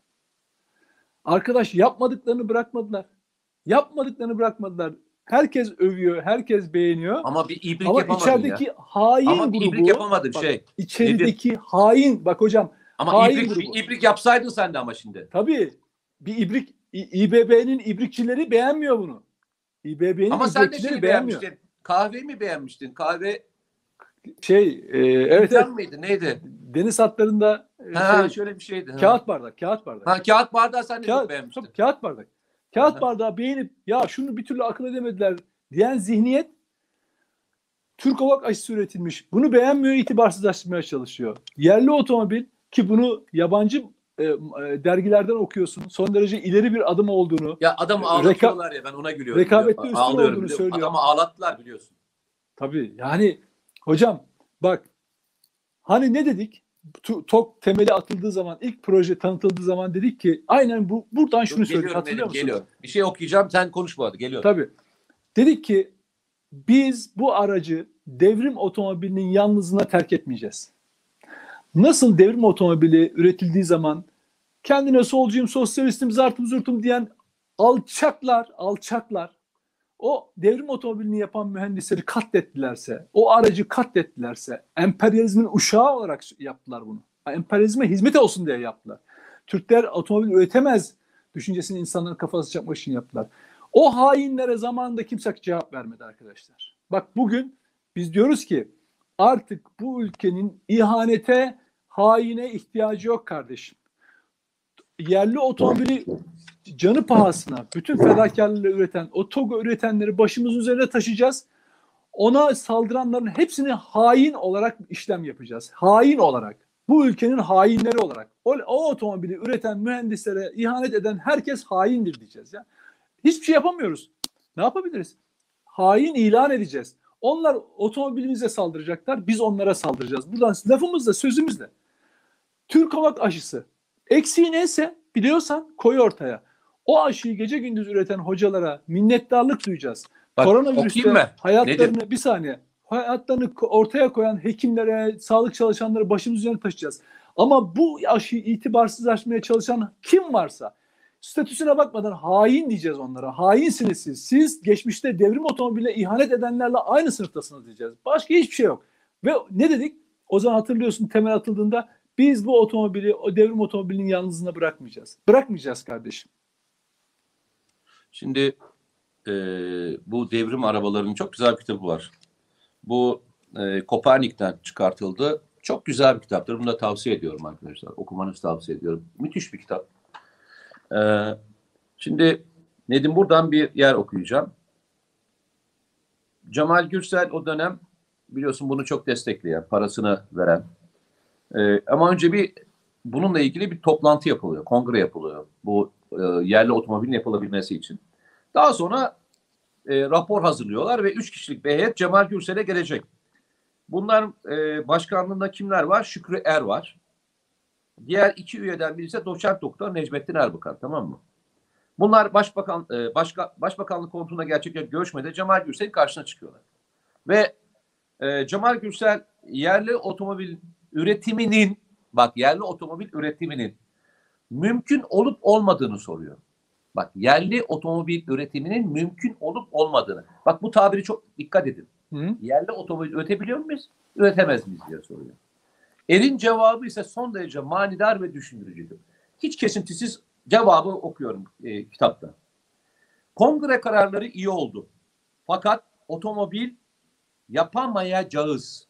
Arkadaş, yapmadıklarını bırakmadılar. Yapmadıklarını bırakmadılar. Herkes övüyor, herkes beğeniyor. Ama bir ibrik Ama yapamadın içerideki ya. hain Ama bir grubu, ibrik yapamadın bak, şey. İçerideki Nedir? hain, bak hocam. Ama hain ibrik, grubu. ibrik yapsaydın sen de ama şimdi. Tabii. Bir ibrik, İBB'nin ibrikçileri beğenmiyor bunu. İBB'nin Ama sen de ibrikçileri şeyi beğenmiyor. beğenmiştin. Kahve mi beğenmiştin? Kahve Şey, e, evet, evet. mıydı? Neydi? Deniz hatlarında e, Ha, şey, şöyle bir şeydi. Ha. Kağıt bardak, kağıt bardak. Ha, kağıt bardağı sen de Kağıt, çok beğenmiştin. tabii, kağıt bardak. Kağıt Aha. bardağı beğenip ya şunu bir türlü akıl edemediler diyen zihniyet, Türkovak aşısı üretilmiş. Bunu beğenmiyor, itibarsızlaştırmaya çalışıyor. Yerli otomobil, ki bunu yabancı e, e, dergilerden okuyorsun, son derece ileri bir adım olduğunu. Ya adamı ağlatıyorlar ya, ben ona gülüyorum. Rekabette üstün Ağlıyorum, olduğunu biliyorum. söylüyor. Adamı ağlattılar biliyorsun. Tabii yani hocam bak, hani ne dedik? TOG temeli atıldığı zaman, ilk proje tanıtıldığı zaman dedik ki aynen bu, buradan şunu söyledik, hatırlıyor musunuz? Geliyor. Bir şey okuyacağım, sen konuş bu arada, geliyor. Tabii. Dedik ki biz bu aracı devrim otomobilinin yalnızlığına terk etmeyeceğiz. Nasıl devrim otomobili üretildiği zaman kendine solcuyum, sosyalistim, zartım zurtum diyen alçaklar, alçaklar o devrim otomobilini yapan mühendisleri katlettilerse, o aracı katlettilerse, emperyalizmin uşağı olarak yaptılar bunu. Emperyalizme hizmet olsun diye yaptılar. Türkler otomobil üretemez düşüncesini insanların kafası çakmak için yaptılar. O hainlere zamanında kimse cevap vermedi arkadaşlar. Bak bugün biz diyoruz ki artık bu ülkenin ihanete, haine ihtiyacı yok kardeşim. Yerli otomobili canı pahasına bütün fedakarlığı üreten, o TOG'u üretenleri başımızın üzerine taşıyacağız. Ona saldıranların hepsini hain olarak işlem yapacağız. Hain olarak. Bu ülkenin hainleri olarak. O, o otomobili üreten mühendislere ihanet eden herkes haindir diyeceğiz ya. Hiçbir şey yapamıyoruz. Ne yapabiliriz? Hain ilan edeceğiz. Onlar otomobilimize saldıracaklar. Biz onlara saldıracağız. Buradan lafımızla, sözümüzle. Türkovak aşısı. Eksiği neyse biliyorsan koy ortaya. O aşıyı gece gündüz üreten hocalara minnettarlık duyacağız. Bak, koronavirüste hayatlarını, bir saniye, hayatlarını ortaya koyan hekimlere, sağlık çalışanları başımız üzerine taşıyacağız. Ama bu aşıyı itibarsızlaştırmaya çalışan kim varsa statüsüne bakmadan hain diyeceğiz onlara. Hainsiniz siz. Siz geçmişte devrim otomobiline ihanet edenlerle aynı sınıftasınız diyeceğiz. Başka hiçbir şey yok. Ve ne dedik? O zaman hatırlıyorsun, temel atıldığında biz bu otomobili, o devrim otomobilinin yalnızlığına bırakmayacağız. Bırakmayacağız kardeşim. Şimdi e, bu devrim arabalarının çok güzel bir kitabı var. Bu e, Kopernik'ten çıkartıldı. Çok güzel bir kitaptır. Bunu da tavsiye ediyorum arkadaşlar. Okumanızı tavsiye ediyorum. Müthiş bir kitap. E, şimdi Nedim buradan bir yer okuyacağım. Cemal Gürsel o dönem biliyorsun bunu çok destekleyen, parasını veren. E, ama önce bir bununla ilgili bir toplantı yapılıyor, kongre yapılıyor. Bu e, yerli otomobilin yapılabilmesi için. Daha sonra e, rapor hazırlıyorlar ve üç kişilik bir heyet Cemal Gürsel'e gelecek. Bunlar e, başkanlığında kimler var? Şükrü Er var. Diğer iki üyeden birisi doçent doktor Necmettin Erbakan, tamam mı? Bunlar başbakan e, başka başbakanlık konutunda gerçekleşen görüşmede Cemal Gürsel'in karşısına çıkıyorlar. Ve e, Cemal Gürsel yerli otomobil üretiminin bak yerli otomobil üretiminin mümkün olup olmadığını soruyor. Bak yerli otomobil üretiminin mümkün olup olmadığını. Bak bu tabiri çok dikkat edin. Hı? Yerli otomobil üretebiliyor muyuz? Üretemez miyiz diye soruyor. Er'in cevabı ise son derece manidar ve düşündürücüdür. Hiç kesintisiz cevabı okuyorum e, kitapta. Kongre kararları iyi oldu. Fakat otomobil yapamayacağız.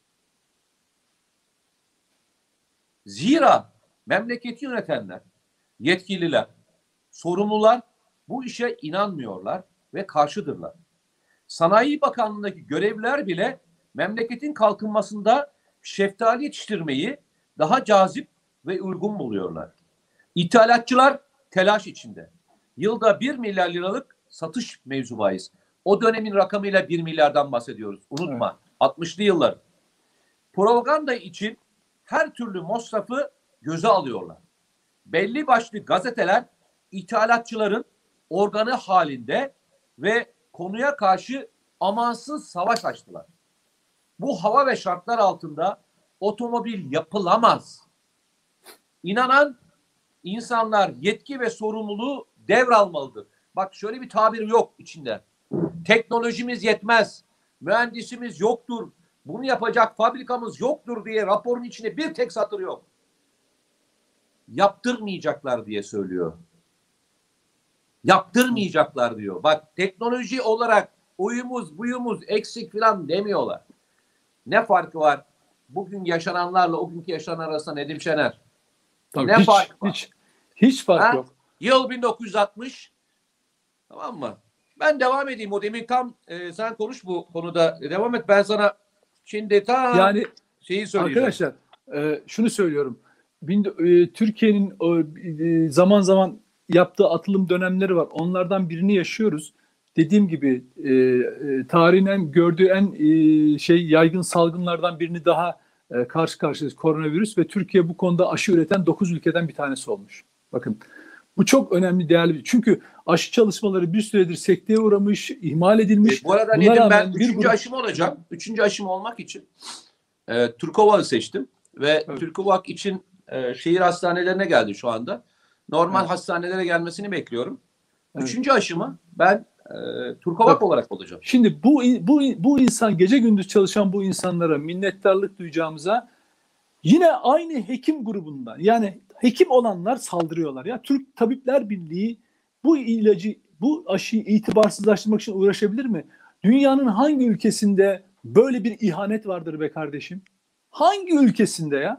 Zira memleketi yönetenler, yetkililer, sorumlular bu işe inanmıyorlar ve karşıdırlar. Sanayi Bakanlığı'ndaki görevliler bile memleketin kalkınmasında şeftali yetiştirmeyi daha cazip ve uygun buluyorlar. İthalatçılar telaş içinde. Yılda bir milyar liralık satış mevzubayız. O dönemin rakamıyla bir milyardan bahsediyoruz. Unutma. Evet. altmışlı yıllar. Propaganda için her türlü masrafı göze alıyorlar. Belli başlı gazeteler ithalatçıların organı halinde ve konuya karşı amansız savaş açtılar. Bu hava ve şartlar altında otomobil yapılamaz. İnanan insanlar yetki ve sorumluluğu devralmalıdır. Bak şöyle bir tabir yok içinde. Teknolojimiz yetmez, mühendisimiz yoktur, bunu yapacak fabrikamız yoktur diye raporun içinde bir tek satır yok. Yaptırmayacaklar diye söylüyor. Yaptırmayacaklar diyor. Bak teknoloji olarak uyumuz buyumuz eksik falan demiyorlar. Ne farkı var bugün yaşananlarla o günkü yaşanan arasında Nedim Şener? Tabii ne hiç, fark var? Hiç, hiç fark ha? yok. Yıl bin dokuz yüz altmış, tamam mı? Ben devam edeyim. O demin tam e, sen konuş bu konuda. E, devam et. Ben sana şimdi tam yani şeyi söyleyeceğim. Arkadaşlar e, şunu söylüyorum. Bin, e, Türkiye'nin e, zaman zaman yaptığı atılım dönemleri var. Onlardan birini yaşıyoruz. Dediğim gibi e, e, tarihin en gördüğü en e, şey yaygın salgınlardan birini daha e, karşı karşıyayız, koronavirüs, ve Türkiye bu konuda aşı üreten dokuz ülkeden bir tanesi olmuş. Bakın bu çok önemli, değerli bir. Çünkü aşı çalışmaları bir süredir sekteye uğramış, ihmal edilmiş. E, bu arada Nedim ben üçüncü grup... aşım olacağım. Üçüncü aşım olmak için e, Türkovak'ı seçtim ve evet. Türkovak için e, şehir hastanelerine geldi şu anda. Normal evet. hastanelere gelmesini bekliyorum. Evet. Üçüncü aşımı ben e, Türkovak Bak, olarak olacağım. Şimdi bu bu bu insan gece gündüz çalışan bu insanlara minnettarlık duyacağımıza yine aynı hekim grubundan, yani hekim olanlar saldırıyorlar. Ya Türk Tabipler Birliği bu ilacı, bu aşıyı itibarsızlaştırmak için uğraşabilir mi? Dünyanın hangi ülkesinde böyle bir ihanet vardır be kardeşim? Hangi ülkesinde ya?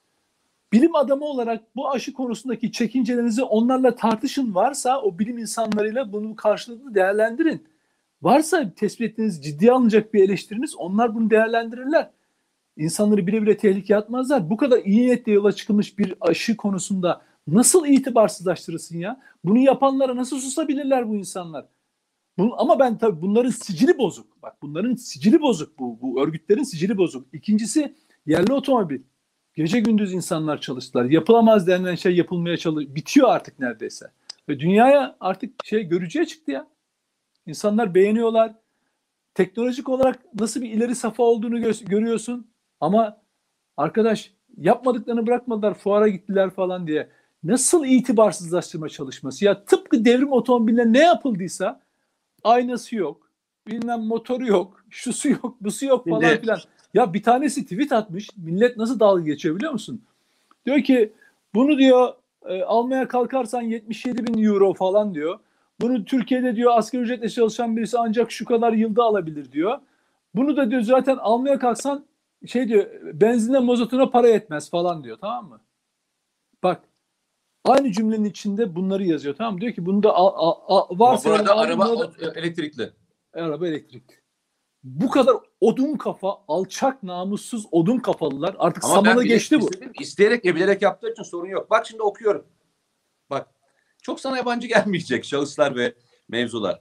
Bilim adamı olarak bu aşı konusundaki çekincelerinizi onlarla tartışın. Varsa o bilim insanlarıyla bunun karşılığını değerlendirin. Varsa tespit ettiğiniz ciddiye alınacak bir eleştiriniz, onlar bunu değerlendirirler. İnsanları bile bile tehlikeye atmazlar. Bu kadar iyi niyetle yola çıkılmış bir aşı konusunda nasıl itibarsızlaştırırsın ya? Bunu yapanlara nasıl susabilirler bu insanlar? Bunu, ama ben tabii bunların sicili bozuk. Bak bunların sicili bozuk. Bu, bu örgütlerin sicili bozuk. İkincisi yerli otomobil. Gece gündüz insanlar çalıştılar. Yapılamaz denilen şey yapılmaya çalışıyor. Bitiyor artık neredeyse. Ve dünyaya artık şey görücüye çıktı ya. İnsanlar beğeniyorlar. Teknolojik olarak nasıl bir ileri safa olduğunu gö- görüyorsun. Ama arkadaş yapmadıklarını bırakmadılar, fuara gittiler falan diye. Nasıl itibarsızlaştırma çalışması? Ya tıpkı devrim otomobiline ne yapıldıysa aynası yok, bilmem motoru yok, şusu yok, busu yok falan Şimdi... filan. Ya bir tanesi tweet atmış. Millet nasıl dalga geçiyor biliyor musun? Diyor ki bunu diyor e, almaya kalkarsan yetmiş yedi bin euro falan diyor. Bunu Türkiye'de diyor asgari ücretle çalışan birisi ancak şu kadar yılda alabilir diyor. Bunu da diyor zaten almaya kalksan şey diyor benzine mazotuna para yetmez falan diyor, tamam mı? Bak aynı cümlenin içinde bunları yazıyor, tamam mı? Diyor ki bunu da al, al, al, varsa Ama burada al, araba bunu da, elektrikli. araba elektrikli. Bu kadar odun kafa, alçak, namussuz odun kafalılar artık Ama samana ben bile geçti bu. istedim, isteyerek ve bilerek yaptığı için sorun yok. Bak şimdi okuyorum. Bak çok sana yabancı gelmeyecek şahıslar ve mevzular.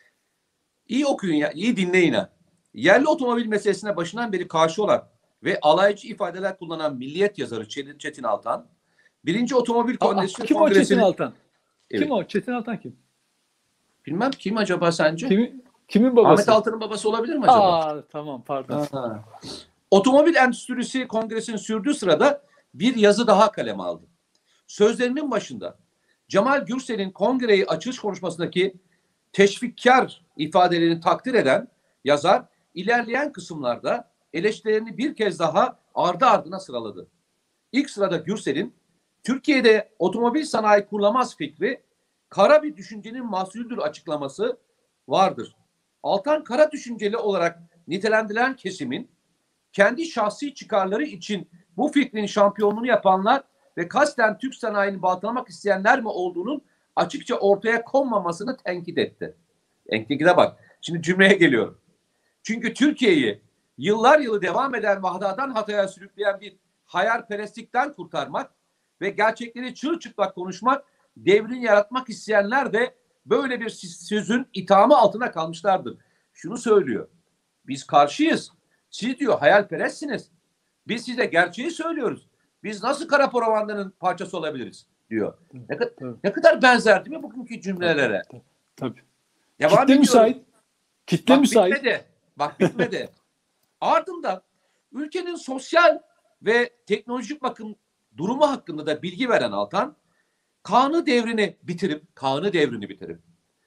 İyi okuyun ya, iyi dinleyin ha. Yerli otomobil meselesine başından beri karşı olan ve alaycı ifadeler kullanan Milliyet yazarı Çetin, Çetin Altan, birinci Otomobil Aa, Kongresi kim o Çetin Kongresi'nin... Altan? Evet. Kim o? Çetin Altan kim? Bilmem kim acaba sence? Kimin, kimin babası? Ahmet Altan'ın babası olabilir mi acaba? Aa, tamam pardon. Ha. Otomobil Endüstrisi Kongresi'nin sürdüğü sırada bir yazı daha kaleme aldı. Sözlerinin başında Cemal Gürsel'in kongreyi açılış konuşmasındaki teşvikkar ifadelerini takdir eden yazar ilerleyen kısımlarda eleştirilerini bir kez daha ardı ardına sıraladı. İlk sırada Gürsel'in Türkiye'de otomobil sanayi kurulamaz fikri kara bir düşüncenin mahsulüdür açıklaması vardır. Altan kara düşünceli olarak nitelendirilen kesimin kendi şahsi çıkarları için bu fikrin şampiyonluğunu yapanlar ve kasten Türk sanayini baltalamak isteyenler mi olduğunun açıkça ortaya konmamasını tenkit etti. Tenkide bak. Şimdi cümleye geliyorum. Çünkü Türkiye'yi yıllar yılı devam eden ve hatadan hataya sürükleyen bir hayalperestlikten kurtarmak ve gerçekleri çırılçıplak konuşmak, devrini yaratmak isteyenler de böyle bir sözün ithamı altına kalmışlardır. Şunu söylüyor. Biz karşıyız. Siz diyor hayalperestsiniz. Biz size gerçeği söylüyoruz. Biz nasıl kara provandanın parçası olabiliriz diyor. Ne, kadar, ne kadar benzer değil mi bugünkü cümlelere? Tabii. Tabii. Devam Kitle ediyorum. müsait. Kitle Bak müsait. bitmedi. Bak bitmedi. Ardından ülkenin sosyal ve teknolojik bakım durumu hakkında da bilgi veren Altan, Kanı devrini bitirip, Kanı devrini bitirip,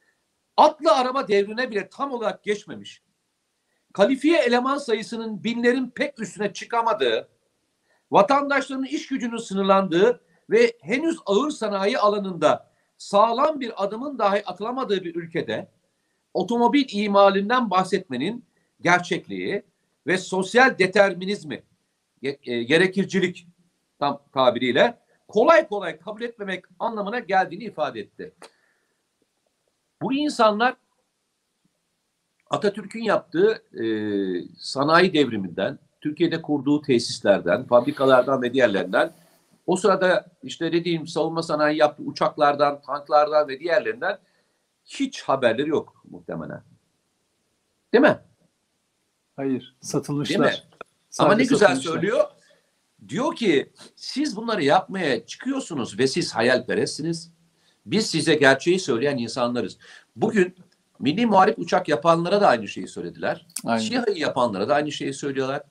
atlı araba devrine bile tam olarak geçmemiş, kalifiye eleman sayısının binlerin pek üstüne çıkamadığı, vatandaşların iş gücünün sınırlandığı ve henüz ağır sanayi alanında sağlam bir adımın dahi atılamadığı bir ülkede otomobil imalinden bahsetmenin gerçekliği ve sosyal determinizmi, gerekircilik tam tabiriyle kolay kolay kabul etmemek anlamına geldiğini ifade etti. Bu insanlar Atatürk'ün yaptığı e, sanayi devriminden, Türkiye'de kurduğu tesislerden, fabrikalardan ve diğerlerinden, o sırada işte dediğim savunma sanayi yaptığı uçaklardan, tanklardan ve diğerlerinden hiç haberleri yok muhtemelen. Değil mi? Hayır, satılmışlar. Değil mi? Sadece ama ne güzel satılmışlar. söylüyor. Diyor ki siz bunları yapmaya çıkıyorsunuz ve siz hayalperestsiniz. Biz size gerçeği söyleyen insanlarız. Bugün Milli Muharip uçak yapanlara da aynı şeyi söylediler. SİHA'yı yapanlara da aynı şeyi söylüyorlar.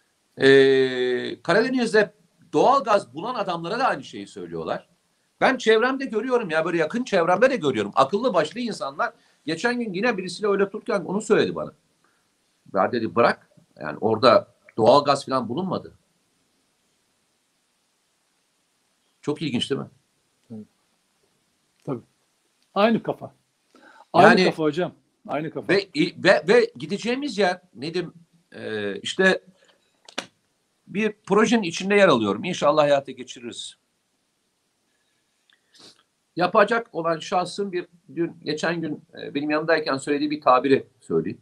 Ee, Karadeniz'de doğalgaz bulan adamlara da aynı şeyi söylüyorlar. Ben çevremde görüyorum ya, böyle yakın çevremde de görüyorum. Akıllı başlı insanlar. Geçen gün yine birisiyle öyle otururken onu söyledi bana. Ben dedi bırak. Yani orada doğalgaz falan bulunmadı. Çok ilginç değil mi? Tabii. Tabii. Aynı kafa. Aynı Yani, kafa hocam. Aynı kafa. Ve, ve, ve gideceğimiz yer Nedim e, işte bir projenin içinde yer alıyorum. İnşallah hayata geçiririz. Yapacak olan şahsın bir dün geçen gün e, benim yanımdayken söylediği bir tabiri söyleyeyim.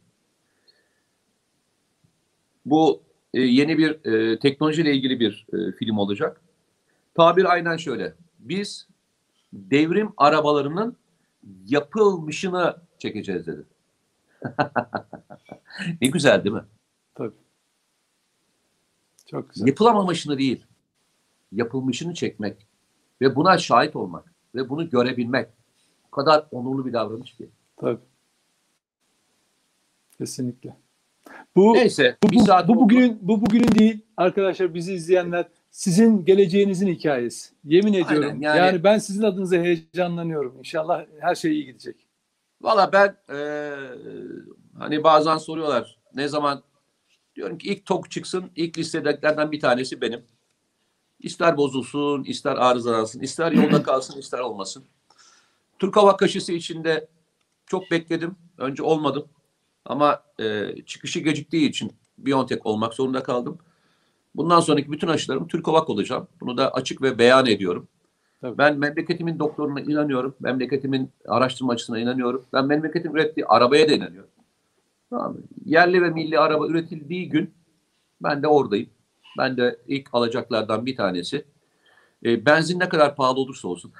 Bu e, yeni bir e, teknolojiyle ilgili bir e, film olacak. Tabir aynen şöyle. Biz devrim arabalarının yapılmışını çekeceğiz dedi. Ne güzel değil mi? Tabii. Çok güzel. Yapılamamışını değil, yapılmışını çekmek ve buna şahit olmak ve bunu görebilmek o kadar onurlu bir davranış ki. Tabii. Kesinlikle. Bu Neyse, bu, bir bu, saat bu oldu. bugünün bu bugünün değil arkadaşlar, bizi izleyenler, sizin geleceğinizin hikayesi. Yemin ediyorum. Aynen, yani, yani- ben sizin adınıza heyecanlanıyorum. İnşallah her şey iyi gidecek. Valla ben e, hani bazen soruyorlar ne zaman, diyorum ki ilk TOG çıksın, ilk listedekilerden bir tanesi benim. İster bozulsun, ister arızalansın, ister yolda kalsın, ister olmasın. Türk Hava Kaşısı içinde çok bekledim. Önce olmadım. Ama e, çıkışı geciktiği için BioNTech olmak zorunda kaldım. Bundan sonraki bütün aşılarım Türkovak olacağım. Bunu da açık ve beyan ediyorum. Tabii. Ben memleketimin doktoruna inanıyorum. Memleketimin araştırmacısına inanıyorum. Ben memleketin ürettiği arabaya da inanıyorum. Tamam mı? Yerli ve milli araba üretildiği gün ben de oradayım. Ben de ilk alacaklardan bir tanesi. E, benzin ne kadar pahalı olursa olsun.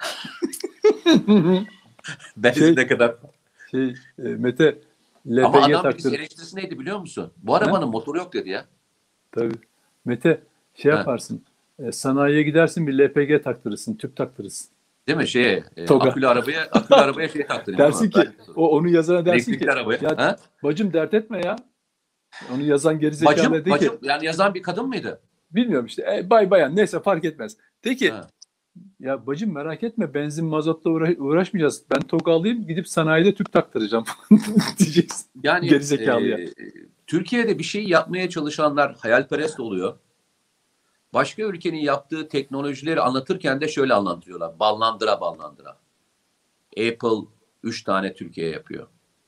Benzin Şey, ne kadar. şey e, Mete Ama L P G adam birisi taktır. eleştirisi neydi biliyor musun? Bu Ha? arabanın motoru yok dedi ya. Tabii. Mete şey Ha. yaparsın. E, sanayiye gidersin bir L P G taktırırsın. Tüp taktırırsın. Değil mi? Şeye, e, Toga. akülü arabaya, akülü arabaya şey taktırayım değil Dersin mi? ki o onu yazana dersin Elektrikli ki arabaya. ya Ha? bacım dert etme ya. Onu yazan Bacım, gerizekalı de ki bacım yani yazan bir kadın mıydı? bilmiyorum işte e, bay bayan neyse fark etmez. De ki Ha. ya bacım merak etme benzin mazotla uğra- uğraşmayacağız. Ben TOG'u alayım gidip sanayide tüp taktıracağım diyeceksin. Yani Gerizekalıya. e, Türkiye'de bir şey yapmaya çalışanlar hayalperest oluyor. Başka ülkenin yaptığı teknolojileri anlatırken de şöyle anlatıyorlar. Ballandıra ballandıra. Apple üç tane Türkiye yapıyor.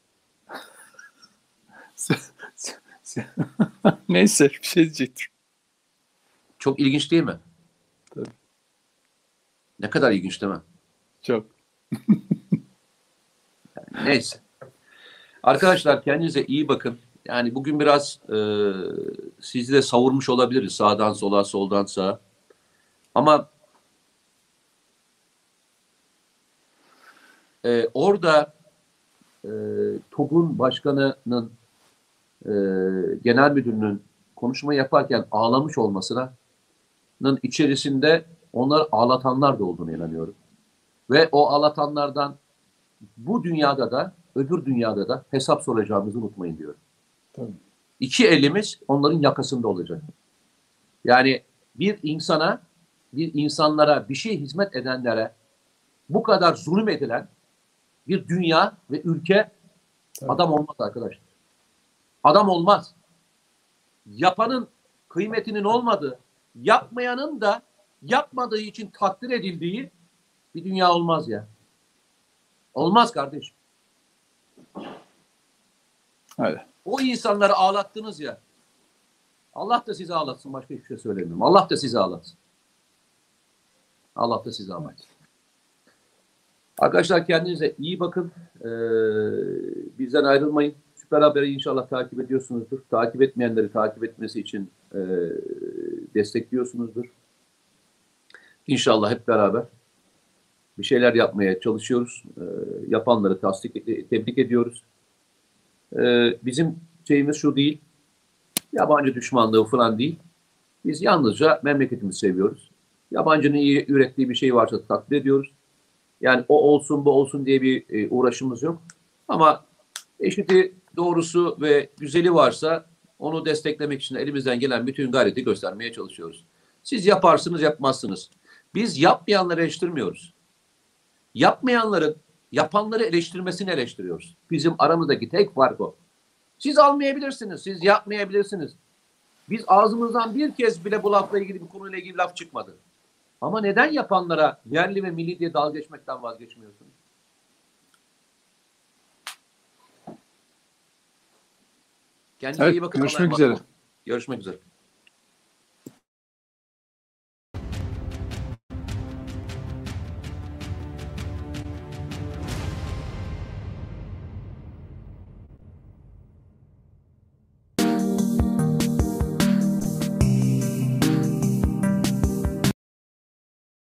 Neyse bir şey diyecektim. Çok ilginç değil mi? Tabii. Ne kadar ilginç değil mi? Çok. Neyse. Arkadaşlar kendinize iyi bakın. Yani bugün biraz e, sizi de savurmuş olabiliriz. Sağdan sola, soldan sağa. Ama e, orada e, TOG'un başkanının e, genel müdürünün konuşma yaparken ağlamış olmasının içerisinde onları ağlatanlar da olduğunu inanıyorum. Ve o ağlatanlardan bu dünyada da öbür dünyada da hesap soracağımızı unutmayın diyorum. Tabii. İki elimiz onların yakasında olacak. Yani bir insana, bir insanlara, bir şey hizmet edenlere bu kadar zulüm edilen bir dünya ve ülke Tabii. adam olmaz arkadaşlar. Adam olmaz. Yapanın kıymetinin olmadığı, yapmayanın da yapmadığı için takdir edildiği bir dünya olmaz ya. Olmaz kardeşim. Öyle. O insanları ağlattınız ya. Allah da sizi ağlatsın. Başka hiçbir şey söylemiyorum. Allah da sizi ağlatsın. Allah da sizi ağlatsın. Arkadaşlar kendinize iyi bakın. Ee, bizden ayrılmayın. Süper Haber'i inşallah takip ediyorsunuzdur. Takip etmeyenleri takip etmesi için e, destekliyorsunuzdur. İnşallah hep beraber bir şeyler yapmaya çalışıyoruz. E, yapanları tasdik, tebrik ediyoruz. E, bizim şeyimiz şu değil. Yabancı düşmanlığı falan değil. Biz yalnızca memleketimizi seviyoruz. Yabancının iyi ürettiği bir şey varsa takdir ediyoruz. Yani o olsun bu olsun diye bir e, uğraşımız yok. Ama eşiti, doğrusu ve güzeli varsa onu desteklemek için elimizden gelen bütün gayreti göstermeye çalışıyoruz. Siz yaparsınız, yapmazsınız. Biz yapmayanları eleştirmiyoruz. Yapmayanların yapanları eleştirmesini eleştiriyoruz. Bizim aramızdaki tek fark o. Siz almayabilirsiniz, siz yapmayabilirsiniz. Biz ağzımızdan bir kez bile bu lafla ilgili bir konuyla ilgili laf çıkmadı. Ama neden yapanlara yerli ve milli diye dalga geçmekten vazgeçmiyorsunuz? Kendinize Evet, iyi bakın. görüşmek üzere. Görüşmek üzere.